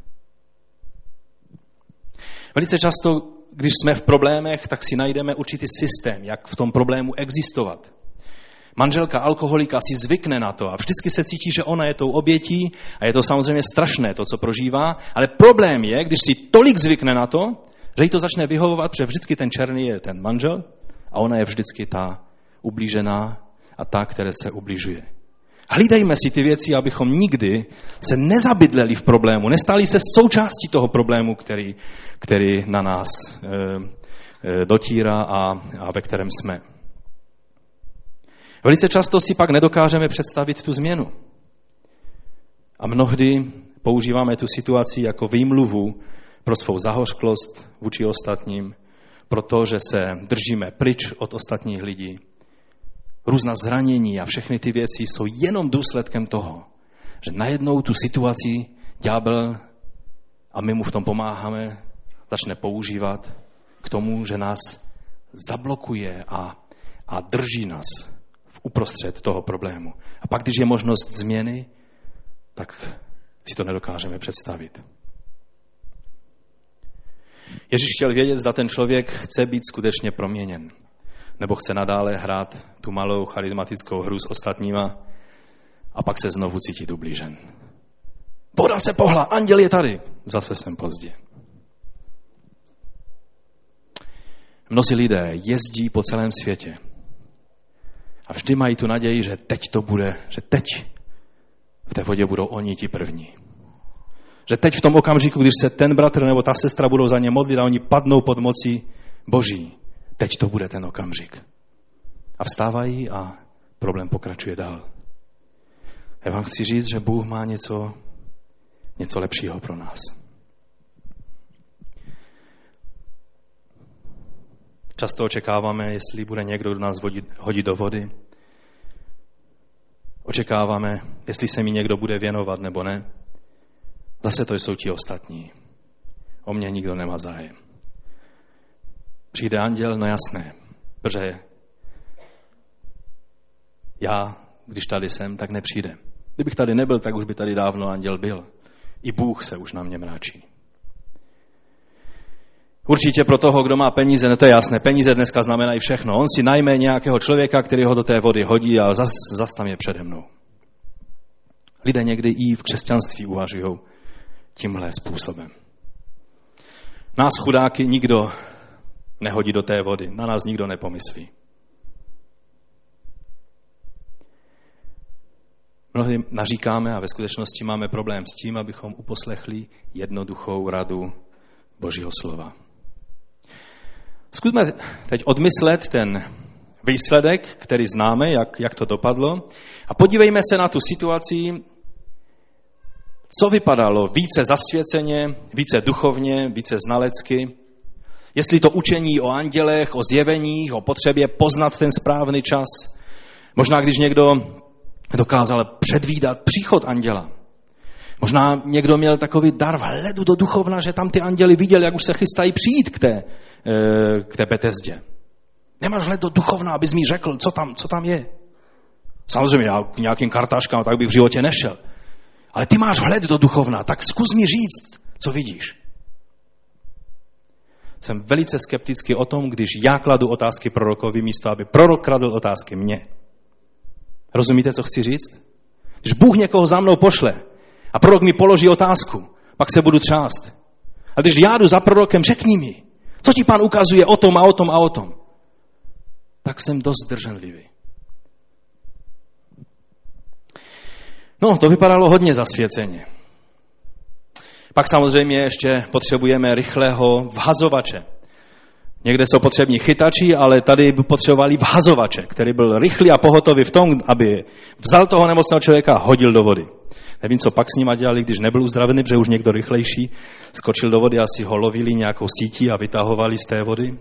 Velice často, když jsme v problémech, tak si najdeme určitý systém, jak v tom problému existovat. Manželka alkoholika si zvykne na to a vždycky se cítí, že ona je tou obětí a je to samozřejmě strašné, to, co prožívá, ale problém je, když si tolik zvykne na to, že jí to začne vyhovovat, protože vždycky ten černý je ten manžel a ona je vždycky ta ublížená a ta, které se ubližuje. Hlídejme si ty věci, abychom nikdy se nezabydleli v problému, nestali se součástí toho problému, který na nás dotírá a ve kterém jsme. Velice často si pak nedokážeme představit tu změnu. A mnohdy používáme tu situaci jako výmluvu pro svou zahořklost vůči ostatním, protože se držíme pryč od ostatních lidí. Různá zranění a všechny ty věci jsou jenom důsledkem toho, že najednou tu situaci ďábel, a my mu v tom pomáháme, začne používat k tomu, že nás zablokuje a drží nás v uprostřed toho problému. A pak, když je možnost změny, tak si to nedokážeme představit. Ježíš chtěl vědět, zda ten člověk chce být skutečně proměněn, nebo chce nadále hrát tu malou charismatickou hru s ostatníma a pak se znovu cítit ublížen. Voda se pohla, anděl je tady. Zase jsem pozdě. Mnozí lidé jezdí po celém světě a vždy mají tu naději, že teď to bude, že teď v té vodě budou oni ti první. Že teď v tom okamžiku, když se ten bratr nebo ta sestra budou za ně modlit a oni padnou pod mocí Boží, teď to bude ten okamžik. A vstávají a problém pokračuje dál. Já vám chci říct, že Bůh má něco lepšího pro nás. Často očekáváme, jestli bude někdo do nás hodit do vody. Očekáváme, jestli se mi někdo bude věnovat nebo ne. Zase to jsou ti ostatní. O mě nikdo nemá zájem. Přijde anděl, no jasné, protože já, když tady jsem, tak nepřijde. Kdybych tady nebyl, tak už by tady dávno anděl byl. I Bůh se už na mě mráčí. Určitě pro toho, kdo má peníze, no to je jasné, peníze dneska znamenají všechno. On si najme nějakého člověka, který ho do té vody hodí a zas tam je přede mnou. Lidé někdy i v křesťanství uvažují tímhle způsobem. Nás chudáky nikdo nehodí do té vody, na nás nikdo nepomyslí. Mnohdy naříkáme a ve skutečnosti máme problém s tím, abychom uposlechli jednoduchou radu Božího slova. Zkusme teď odmyslet ten výsledek, který známe, jak to dopadlo. A podívejme se na tu situaci, co vypadalo více zasvěceně, více duchovně, více znalecky. Jestli to učení o andělech, o zjeveních, o potřebě poznat ten správný čas. Možná když někdo dokázal předvídat příchod anděla. Možná někdo měl takový dar vhledu do duchovna, že tam ty anděli viděli, jak už se chystají přijít k té Betezdě. Nemáš vhled do duchovna, abys mi řekl, co tam je. Samozřejmě já k nějakým kartáškám tak bych v životě nešel. Ale ty máš vhled do duchovna, tak zkus mi říct, co vidíš. Jsem velice skeptický o tom, když já kladu otázky prorokovi místo, aby prorok kladl otázky mně. Rozumíte, co chci říct? Když Bůh někoho za mnou pošle a prorok mi položí otázku, pak se budu třást. A když já jdu za prorokem, řekni mi, co ti Pán ukazuje o tom a o tom a o tom. Tak jsem dost zdrženlivý. No, to vypadalo hodně zasvěceně. Pak samozřejmě ještě potřebujeme rychlého vhazovače. Někde jsou potřební chytači, ale tady by potřebovali vhazovače, který byl rychlý a pohotový v tom, aby vzal toho nemocného člověka a hodil do vody. Nevím, co pak s nima dělali, když nebyl uzdravený, protože už někdo rychlejší skočil do vody a si ho lovili nějakou sítí a vytahovali z té vody.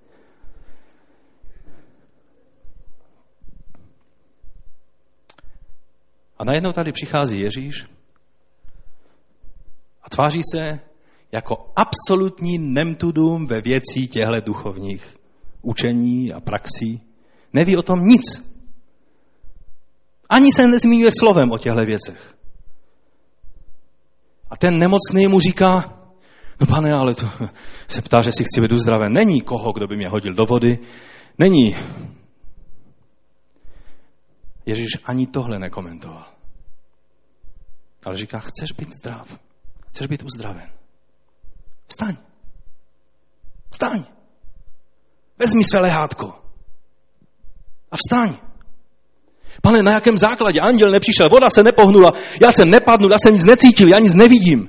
A najednou tady přichází Ježíš a tváří se jako absolutní nemtudum ve věcí těchto duchovních učení a praxí. Neví o tom nic. Ani se nezmiňuje slovem o těchto věcech. A ten nemocný mu říká, no pane, ale to se ptá, že si chci být uzdraven. Není koho, kdo by mě hodil do vody. Není. Ježíš ani tohle nekomentoval. Ale říká, chceš být zdrav. Chceš být uzdraven. Vstaň. Vstaň. Vezmi své lehátko. A vstaň. Pane, na jakém základě? Anděl nepřišel, voda se nepohnula, já jsem nepadnul, já jsem nic necítil, já nic nevidím.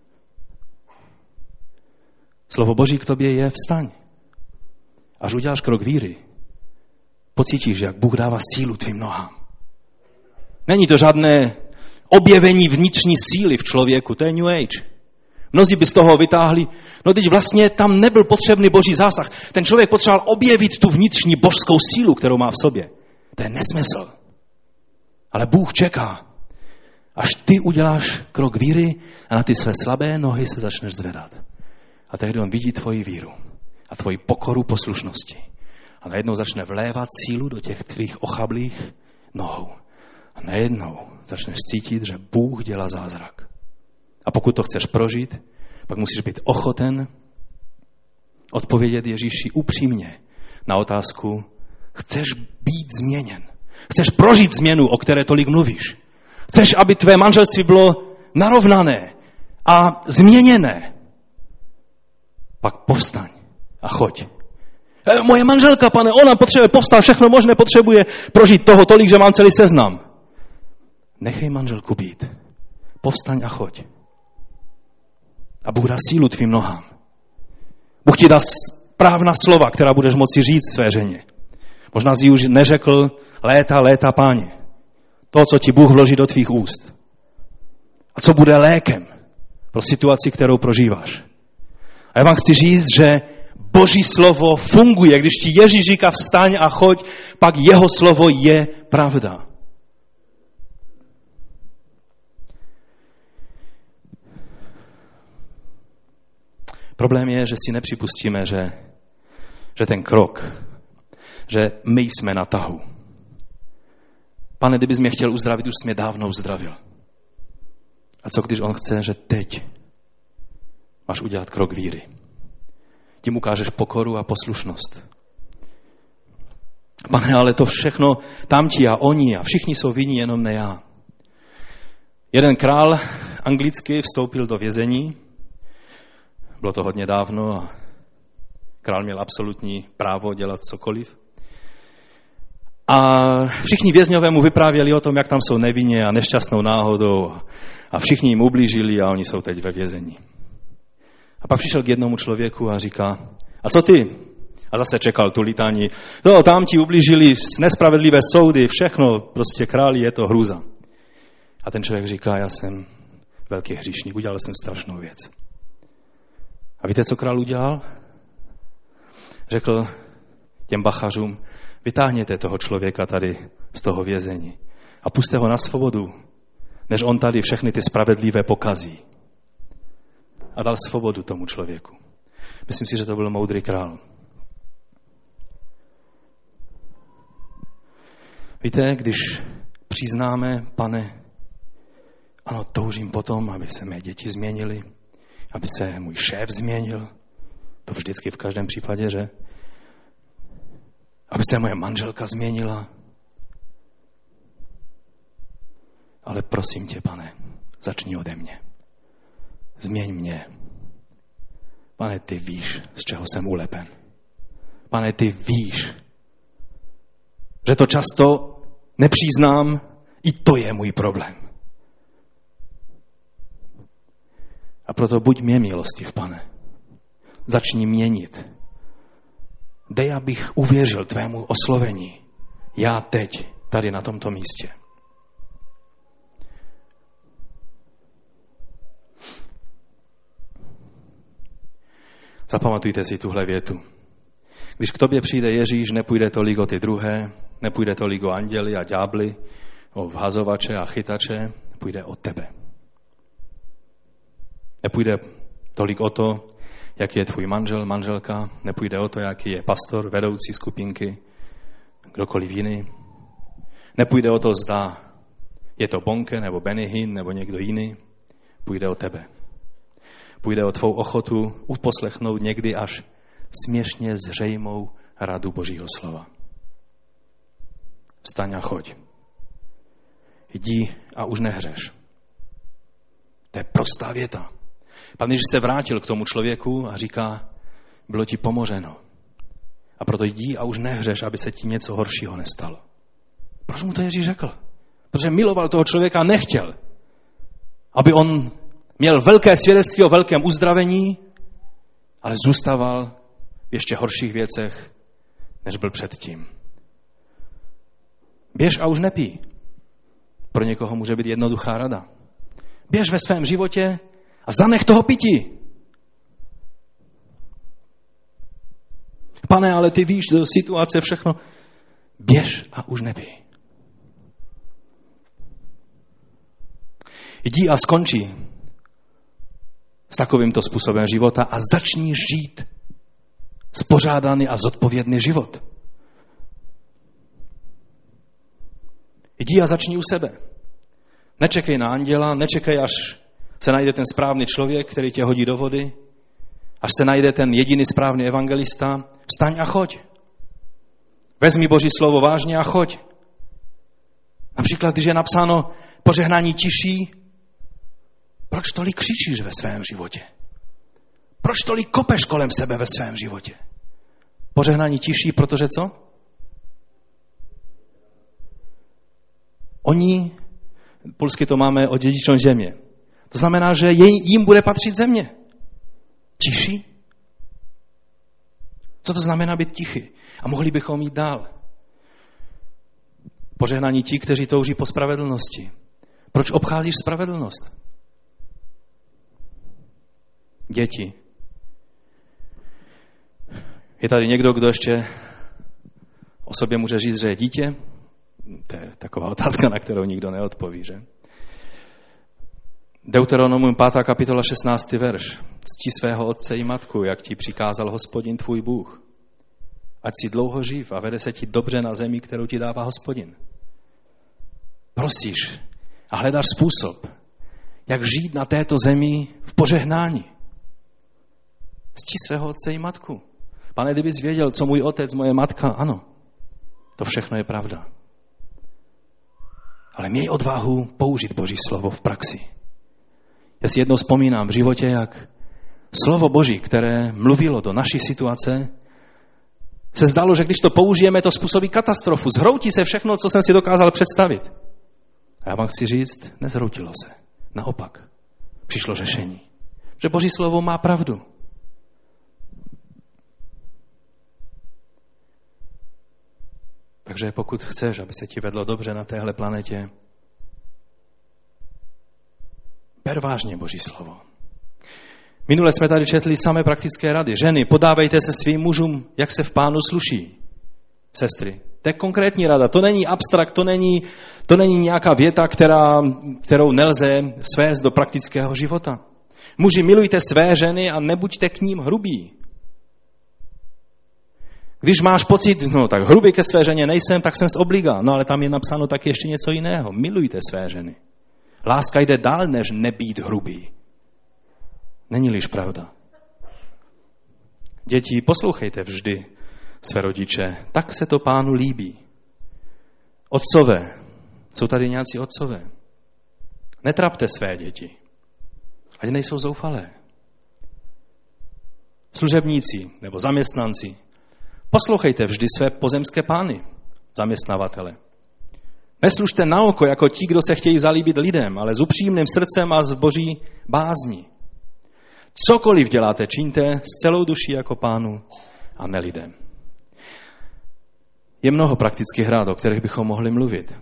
Slovo Boží k tobě je vstaň. Až uděláš krok víry, pocítíš, jak Bůh dává sílu tvým nohám. Není to žádné objevení vnitřní síly v člověku, to je New Age. Mnozí by z toho vytáhli, no teď vlastně tam nebyl potřebný Boží zásah. Ten člověk potřeboval objevit tu vnitřní božskou sílu, kterou má v sobě. To je nesmysl. Ale Bůh čeká, až ty uděláš krok víry a na ty své slabé nohy se začneš zvedat. A tehdy on vidí tvoji víru a tvoji pokoru poslušnosti. A najednou začne vlévat sílu do těch tvých ochablých nohou. A najednou začneš cítit, že Bůh dělá zázrak. A pokud to chceš prožít, pak musíš být ochoten odpovědět Ježíši upřímně na otázku, chceš být změněn. Chceš prožít změnu, o které tolik mluvíš. Chceš, aby tvé manželství bylo narovnané a změněné. Pak povstaň a choď. Moje manželka, pane, ona potřebuje povstat, všechno možné potřebuje prožít toho tolik, že mám celý seznam. Nechej manželku být. Povstaň a choď. A Bůh dá sílu tvým nohám. Bůh ti dá správná slova, která budeš moci říct své ženě. Možná jsi už neřekl léta, páně. To, co ti Bůh vloží do tvých úst. A co bude lékem pro situaci, kterou prožíváš. A já vám chci říct, že Boží slovo funguje. Když ti Ježíš říká vstaň a choď, pak jeho slovo je pravda. Problém je, že si nepřipustíme, že ten krok, že my jsme na tahu. Pane, kdybys mě chtěl uzdravit, už jsi mě dávno uzdravil. A co když on chce, že teď máš udělat krok víry? Tím ukážeš pokoru a poslušnost. Pane, ale to všechno tamti a oni a všichni jsou vinní, jenom ne já. Jeden král anglický vstoupil do vězení. Bylo to hodně dávno a král měl absolutní právo dělat cokoliv. A všichni vězňové mu vyprávěli o tom, jak tam jsou nevinně a nešťastnou náhodou. A všichni jim ublížili a oni jsou teď ve vězení. A pak přišel k jednomu člověku a říká, a co ty? A zase čekal tu litání. No, tam ti ublížili nespravedlivé soudy, všechno, prostě králi, je to hrůza. A ten člověk říká, já jsem velký hříšník, udělal jsem strašnou věc. A víte, co král udělal? Řekl těm bachařům, vytáhněte toho člověka tady z toho vězení a pusťte ho na svobodu, než on tady všechny ty spravedlivé pokazí. A dal svobodu tomu člověku. Myslím si, že to byl moudrý král. Víte, když přiznáme, Pane, ano, toužím potom, aby se mé děti změnily, aby se můj šéf změnil, to vždycky v každém případě, že? Aby se moje manželka změnila. Ale prosím tě, Pane, začni ode mě. Změň mě. Pane, ty víš, z čeho jsem ulepen. Pane, ty víš, že to často nepřiznám, i to je můj problém. A proto buď mě milostiv, Pane. Začni měnit. Dej, abych uvěřil tvému oslovení. Já teď, tady na tomto místě. Zapamatujte si tuhle větu. Když k tobě přijde Ježíš, nepůjde tolik o ty druhé, nepůjde tolik o anděli a ďábly, o vhazovače a chytače, půjde o tebe. Nepůjde tolik o to, jaký je tvůj manžel, manželka, nepůjde o to, jaký je pastor, vedoucí skupinky, kdokoliv jiný. Nepůjde o to, zda je to Bonke nebo Benny Hinn nebo někdo jiný. Půjde o tebe. Půjde o tvou ochotu uposlechnout někdy až směšně zřejmou radu Božího slova. Vstaň a choď. Jdi a už nehřeš. To je prostá věta. Pan Ježíš se vrátil k tomu člověku a říká, bylo ti pomoženo. A proto jdi a už nehřeš, aby se ti něco horšího nestalo. Proč mu to Ježíš řekl? Protože miloval toho člověka a nechtěl, aby on měl velké svědectví o velkém uzdravení, ale zůstával v ještě horších věcech, než byl předtím. Běž a už nepij. Pro někoho může být jednoduchá rada. Běž ve svém životě a zanech toho pití. Pane, ale ty víš, do situace všechno. Běž a už nepij. Jdi a skončí s takovýmto způsobem života a začni žít spořádaný a zodpovědný život. Jdi a začni u sebe. Nečekej na anděla, nečekej, až se najde ten správný člověk, který tě hodí do vody, až se najde ten jediný správný evangelista. Vstaň a choď. Vezmi Boží slovo vážně a choď. Například, když je napsáno požehnání tiší, proč tolik křičíš ve svém životě? Proč tolik kopeš kolem sebe ve svém životě? Požehnání tiší, protože co? Oni, polsky to máme o dědičnou země. To znamená, že jim bude patřit země. Tiší? Co to znamená být tichý? A mohli bychom jít dál. Požehnání ti, kteří touží po spravedlnosti. Proč obcházíš spravedlnost? Děti. Je tady někdo, kdo ještě o sobě může říct, že je dítě? To je taková otázka, na kterou nikdo neodpoví, že? Deuteronomium 5. kapitola 16. verš. Cti svého otce i matku, jak ti přikázal Hospodin tvůj Bůh. Ať si dlouho živ a vede se ti dobře na zemi, kterou ti dává Hospodin. Prosíš a hledáš způsob, jak žít na této zemi v požehnání. Cti svého otce i matku. Pane, kdybys věděl, co můj otec, moje matka, ano, to všechno je pravda. Ale měj odvahu použít Boží slovo v praxi. Já si jednou vzpomínám v životě, jak slovo Boží, které mluvilo do naší situace, se zdalo, že když to použijeme, to způsobí katastrofu. Zhroutí se všechno, co jsem si dokázal představit. A já vám chci říct, nezhroutilo se. Naopak, přišlo řešení. Že Boží slovo má pravdu. Takže pokud chceš, aby se ti vedlo dobře na téhle planetě, ber vážně Boží slovo. Minule jsme tady četli samé praktické rady. Ženy, podávejte se svým mužům, jak se v Pánu sluší. Sestry, to je konkrétní rada. To není abstrakt, to není nějaká věta, kterou nelze svést do praktického života. Muži, milujte své ženy a nebuďte k ním hrubí. Když máš pocit, no tak hrubý ke své ženě nejsem, tak jsem z obliga. No ale tam je napsáno taky ještě něco jiného. Milujte své ženy. Láska jde dál, než nebýt hrubý. Není-liž pravda. Děti, poslouchejte vždy své rodiče. Tak se to Pánu líbí. Otcové. Jsou tady nějací otcové. Netrapte své děti. Ať nejsou zoufalé. Služebníci nebo zaměstnanci. Poslouchejte vždy své pozemské pány, zaměstnavatele. Neslužte na oko jako ti, kdo se chtějí zalíbit lidem, ale s upřímným srdcem a s Boží bázní. Cokoliv děláte, čiňte s celou duší jako Pánu a ne lidem. Je mnoho praktických rád, o kterých bychom mohli mluvit.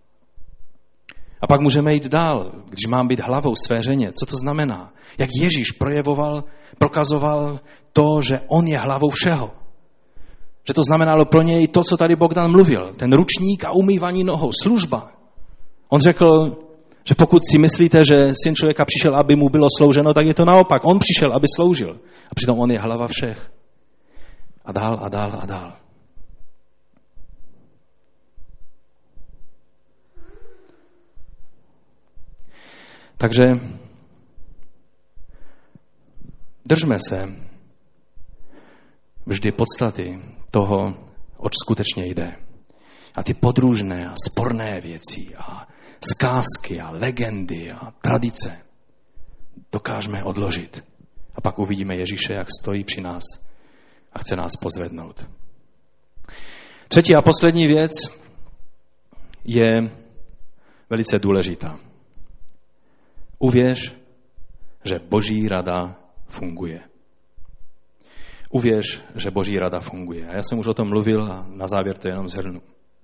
A pak můžeme jít dál, když mám být hlavou své ženě. Co to znamená? Jak Ježíš prokazoval to, že on je hlavou všeho. Že to znamenalo pro něj to, co tady Bogdan mluvil. Ten ručník a umývání nohou, služba. On řekl, že pokud si myslíte, že syn člověka přišel, aby mu bylo slouženo, tak je to naopak. On přišel, aby sloužil. A přitom on je hlava všech. A dál a dál a dál. Takže držme se vždy podstaty toho, oč skutečně jde. A ty podružné a sporné věci a zkázky a legendy a tradice dokážeme odložit. A pak uvidíme Ježíše, jak stojí při nás a chce nás pozvednout. Třetí a poslední věc je velice důležitá. Uvěř, že Boží rada funguje. Uvěř, že Boží rada funguje. A já jsem už o tom mluvil a na závěr to jenom shrnu.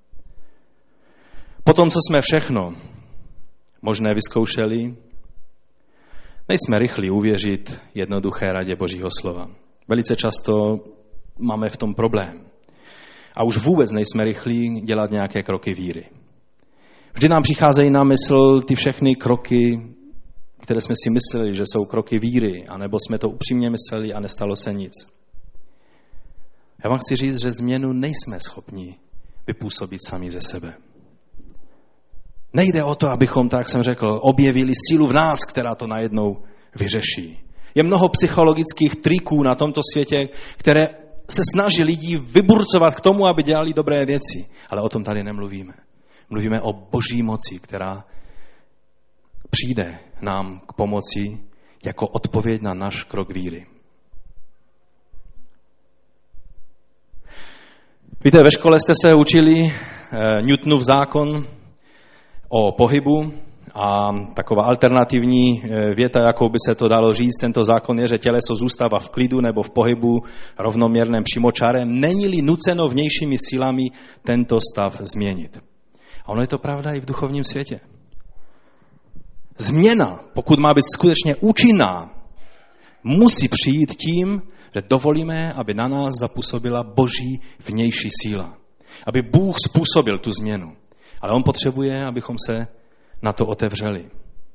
Potom, co jsme všechno možné vyzkoušeli, nejsme rychlí uvěřit jednoduché radě Božího slova. Velice často máme v tom problém. A už vůbec nejsme rychlí dělat nějaké kroky víry. Vždy nám přicházejí na mysl ty všechny kroky, které jsme si mysleli, že jsou kroky víry, anebo jsme to upřímně mysleli a nestalo se nic. Já vám chci říct, že změnu nejsme schopni vypůsobit sami ze sebe. Nejde o to, abychom, tak jsem řekl, objevili sílu v nás, která to najednou vyřeší. Je mnoho psychologických triků na tomto světě, které se snaží lidi vyburcovat k tomu, aby dělali dobré věci. Ale o tom tady nemluvíme. Mluvíme o Boží moci, která přijde nám k pomoci jako odpověď na náš krok víry. Víte, ve škole jste se učili Newtonův zákon o pohybu a taková alternativní věta, jakou by se to dalo říct, tento zákon je, že těleso zůstává v klidu nebo v pohybu rovnoměrném přímočarem, není-li nuceno vnějšími silami tento stav změnit. A ono je to pravda i v duchovním světě. Změna, pokud má být skutečně účinná, musí přijít tím, že dovolíme, aby na nás zapůsobila Boží vnější síla. Aby Bůh způsobil tu změnu. Ale on potřebuje, abychom se na to otevřeli.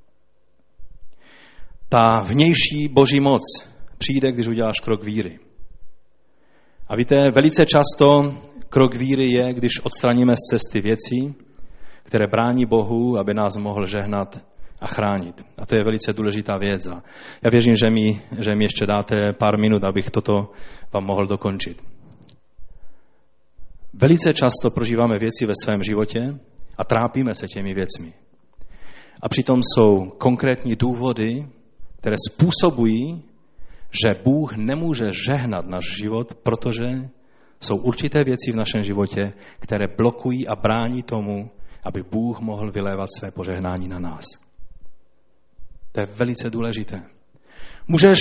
Ta vnější Boží moc přijde, když uděláš krok víry. A víte, velice často krok víry je, když odstraníme z cesty věci, které brání Bohu, aby nás mohl žehnat a chránit. A to je velice důležitá věc. A já věřím, že mi ještě dáte pár minut, abych toto vám mohl dokončit. Velice často prožíváme věci ve svém životě a trápíme se těmi věcmi. A přitom jsou konkrétní důvody, které způsobují, že Bůh nemůže žehnat náš život, protože jsou určité věci v našem životě, které blokují a brání tomu, aby Bůh mohl vylévat své požehnání na nás. To je velice důležité. Můžeš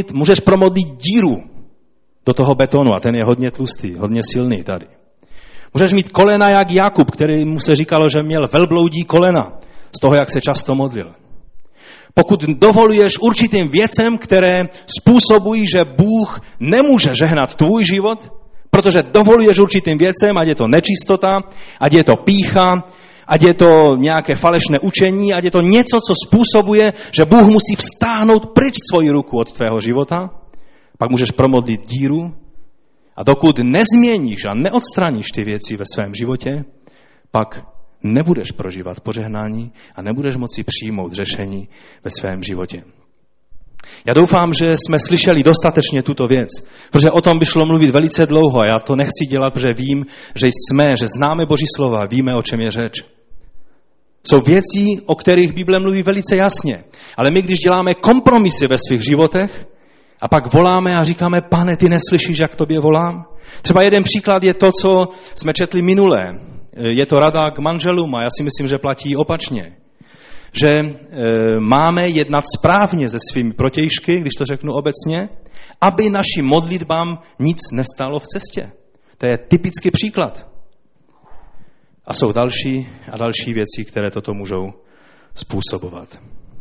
promodlit díru do toho betonu a ten je hodně tlustý, hodně silný tady. Můžeš mít kolena jak Jakub, který mu se říkalo, že měl velbloudí kolena z toho, jak se často modlil. Pokud dovoluješ určitým věcem, které způsobují, že Bůh nemůže žehnat tvůj život, protože dovoluješ určitým věcem, ať je to nečistota, ať je to pýcha, ať je to nějaké falešné učení, ať je to něco, co způsobuje, že Bůh musí vztáhnout pryč svoji ruku od tvého života, pak můžeš promodlit díru a dokud nezměníš a neodstraníš ty věci ve svém životě, pak nebudeš prožívat požehnání a nebudeš moci přijmout řešení ve svém životě. Já doufám, že jsme slyšeli dostatečně tuto věc, protože o tom by šlo mluvit velice dlouho a já to nechci dělat, protože vím, že známe Boží slova, víme, o čem je řeč. Jsou věci, o kterých Bible mluví velice jasně, ale my, když děláme kompromisy ve svých životech a pak voláme a říkáme, Pane, ty neslyšíš, jak tobě volám? Třeba jeden příklad je to, co jsme četli minulé. Je to rada k manželům a já si myslím, že platí opačně. Že máme jednat správně se svými protějšky, když to řeknu obecně, aby našim modlitbám nic nestálo v cestě. To je typický příklad. A jsou další a další věci, které toto můžou způsobovat.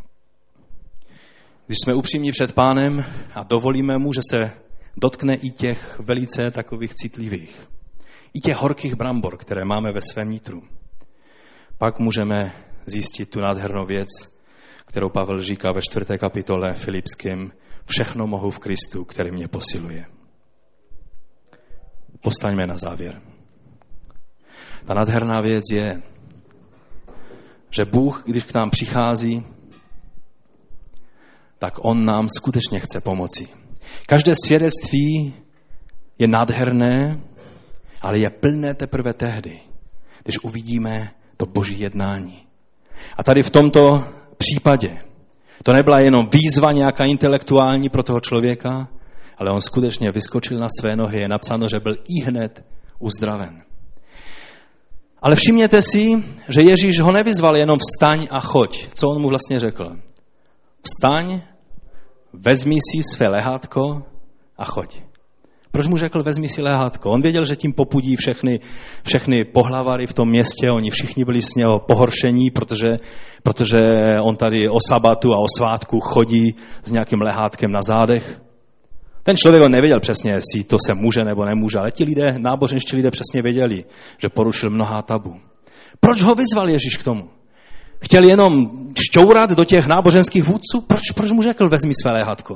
Když jsme upřímní před Pánem a dovolíme mu, že se dotkne i těch velice takových citlivých, i těch horkých brambor, které máme ve svém nitru, pak můžeme zjistit tu nádhernou věc, kterou Pavel říká ve 4. kapitole Filipským, všechno mohu v Kristu, který mě posiluje. Postaňme na závěr. Ta nádherná věc je, že Bůh, když k nám přichází, tak on nám skutečně chce pomoci. Každé svědectví je nádherné, ale je plné teprve tehdy, když uvidíme to Boží jednání. A tady v tomto případě to nebyla jenom výzva nějaká intelektuální pro toho člověka, ale on skutečně vyskočil na své nohy. Je napsáno, že byl ihned uzdraven. Ale všimněte si, že Ježíš ho nevyzval jenom vstaň a choď. Co on mu vlastně řekl? Vstaň, vezmi si své lehátko a choď. Proč mu řekl, vezmi si lehátko? On věděl, že tím popudí všechny pohlavary v tom městě, oni všichni byli z něho pohoršení, protože on tady o sabatu a o svátku chodí s nějakým lehátkem na zádech. Ten člověk on nevěděl přesně, jestli to se může nebo nemůže, ale ti lidé, náboženští lidé přesně věděli, že porušil mnohá tabu. Proč ho vyzval Ježíš k tomu? Chtěl jenom šťourat do těch náboženských vůdců? Proč mu řekl, vezmi své lehátko?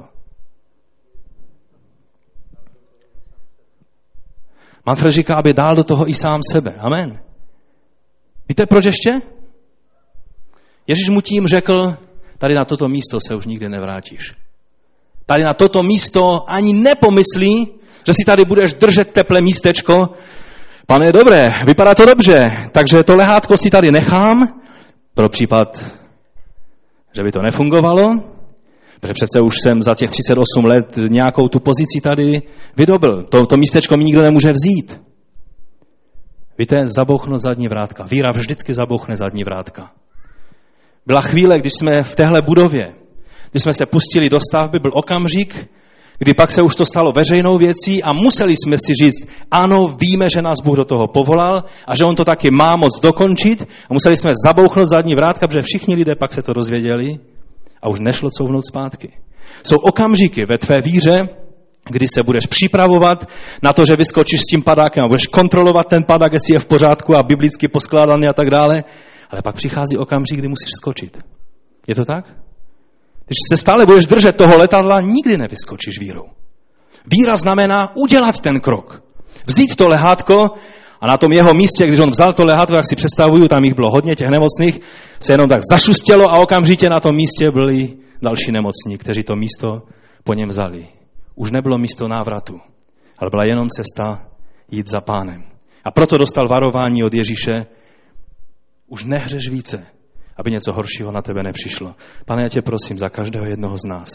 Manfred říká, aby dál do toho i sám sebe. Amen. Víte, proč ještě? Ježíš mu tím řekl, tady na toto místo se už nikdy nevrátíš. Tady na toto místo ani nepomyslí, že si tady budeš držet teplé místečko. Pane, dobré, vypadá to dobře, takže to lehátko si tady nechám, pro případ, že by to nefungovalo, protože přece už jsem za těch 38 let nějakou tu pozici tady vydobil. To místečko mi nikdo nemůže vzít. Víte, zabouchnout zadní vrátka. Víra vždycky zabouchne zadní vrátka. Byla chvíle, když jsme v téhle budově, když jsme se pustili do stavby, byl okamžik, kdy pak se už to stalo veřejnou věcí a museli jsme si říct, ano, víme, že nás Bůh do toho povolal a že on to taky má moc dokončit a museli jsme zabouchnout zadní vrátka, protože všichni lidé pak se to dozvěděli a už nešlo couvnout zpátky. Jsou okamžiky ve tvé víře, kdy se budeš připravovat na to, že vyskočíš s tím padákem a budeš kontrolovat ten padák, jestli je v pořádku a biblicky poskládaný a tak dále, ale pak přichází okamžik, kdy musíš skočit. Je to tak? Když se stále budeš držet toho letadla, nikdy nevyskočíš vírou. Víra znamená udělat ten krok. Vzít to lehátko a na tom jeho místě, když on vzal to lehátko, jak si představuju, tam jich bylo hodně, těch nemocných, se jenom tak zašustělo a okamžitě na tom místě byli další nemocní, kteří to místo po něm vzali. Už nebylo místo návratu, ale byla jenom cesta jít za Pánem. A proto dostal varování od Ježíše, už nehřeš více, aby něco horšího na tebe nepřišlo. Pane, já tě prosím za každého jednoho z nás.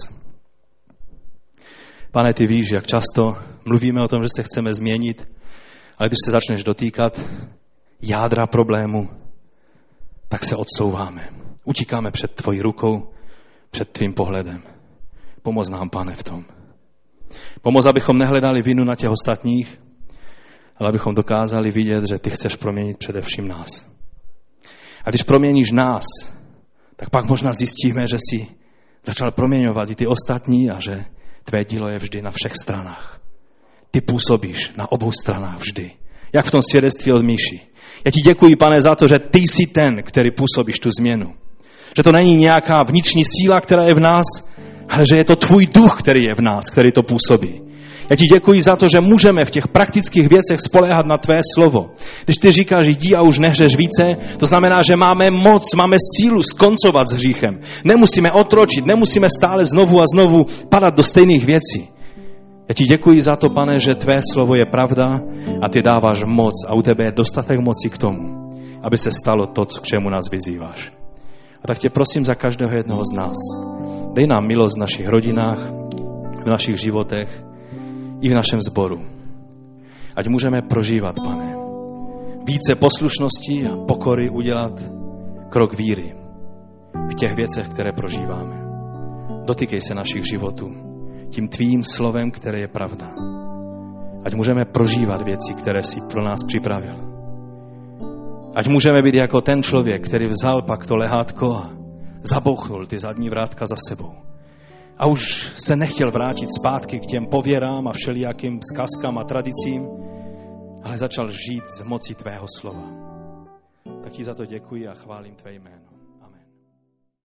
Pane, ty víš, jak často mluvíme o tom, že se chceme změnit, ale když se začneš dotýkat jádra problému, tak se odsouváme. Utíkáme před tvojí rukou, před tvým pohledem. Pomoz nám, Pane, v tom. Pomoz, abychom nehledali vinu na těch ostatních, ale abychom dokázali vidět, že ty chceš proměnit především nás. A když proměníš nás, tak pak možná zjistíme, že jsi začal proměňovat i ty ostatní a že tvé dílo je vždy na všech stranách. Ty působíš na obou stranách vždy. Jak v tom svědectví od Míši. Já ti děkuji, Pane, za to, že ty jsi ten, který působíš tu změnu. Že to není nějaká vnitřní síla, která je v nás, ale že je to tvůj duch, který je v nás, který to působí. Já ti děkuji za to, že můžeme v těch praktických věcech spoléhat na tvé slovo. Když ty říkáš, jdi a už nehřeš více, to znamená, že máme moc, máme sílu skoncovat s hříchem. Nemusíme otročit, nemusíme stále znovu a znovu padat do stejných věcí. Já ti děkuji za to, Pane, že tvé slovo je pravda a ty dáváš moc a u tebe je dostatek moci k tomu, aby se stalo to, k čemu nás vyzýváš. A tak tě prosím za každého jednoho z nás. Dej nám milost v našich rodinách, v našich životech i v našem sboru. Ať můžeme prožívat, Pane, více poslušnosti a pokory udělat krok víry v těch věcech, které prožíváme. Dotýkej se našich životů tím tvým slovem, které je pravda. Ať můžeme prožívat věci, které jsi pro nás připravil. Ať můžeme být jako ten člověk, který vzal pak to lehátko a zabouchnul ty zadní vrátka za sebou. A už se nechtěl vrátit zpátky k těm pověrám a všelijakým zkazkám a tradicím, ale začal žít z moci tvého slova. Tak ti za to děkuji a chválím tvé jméno.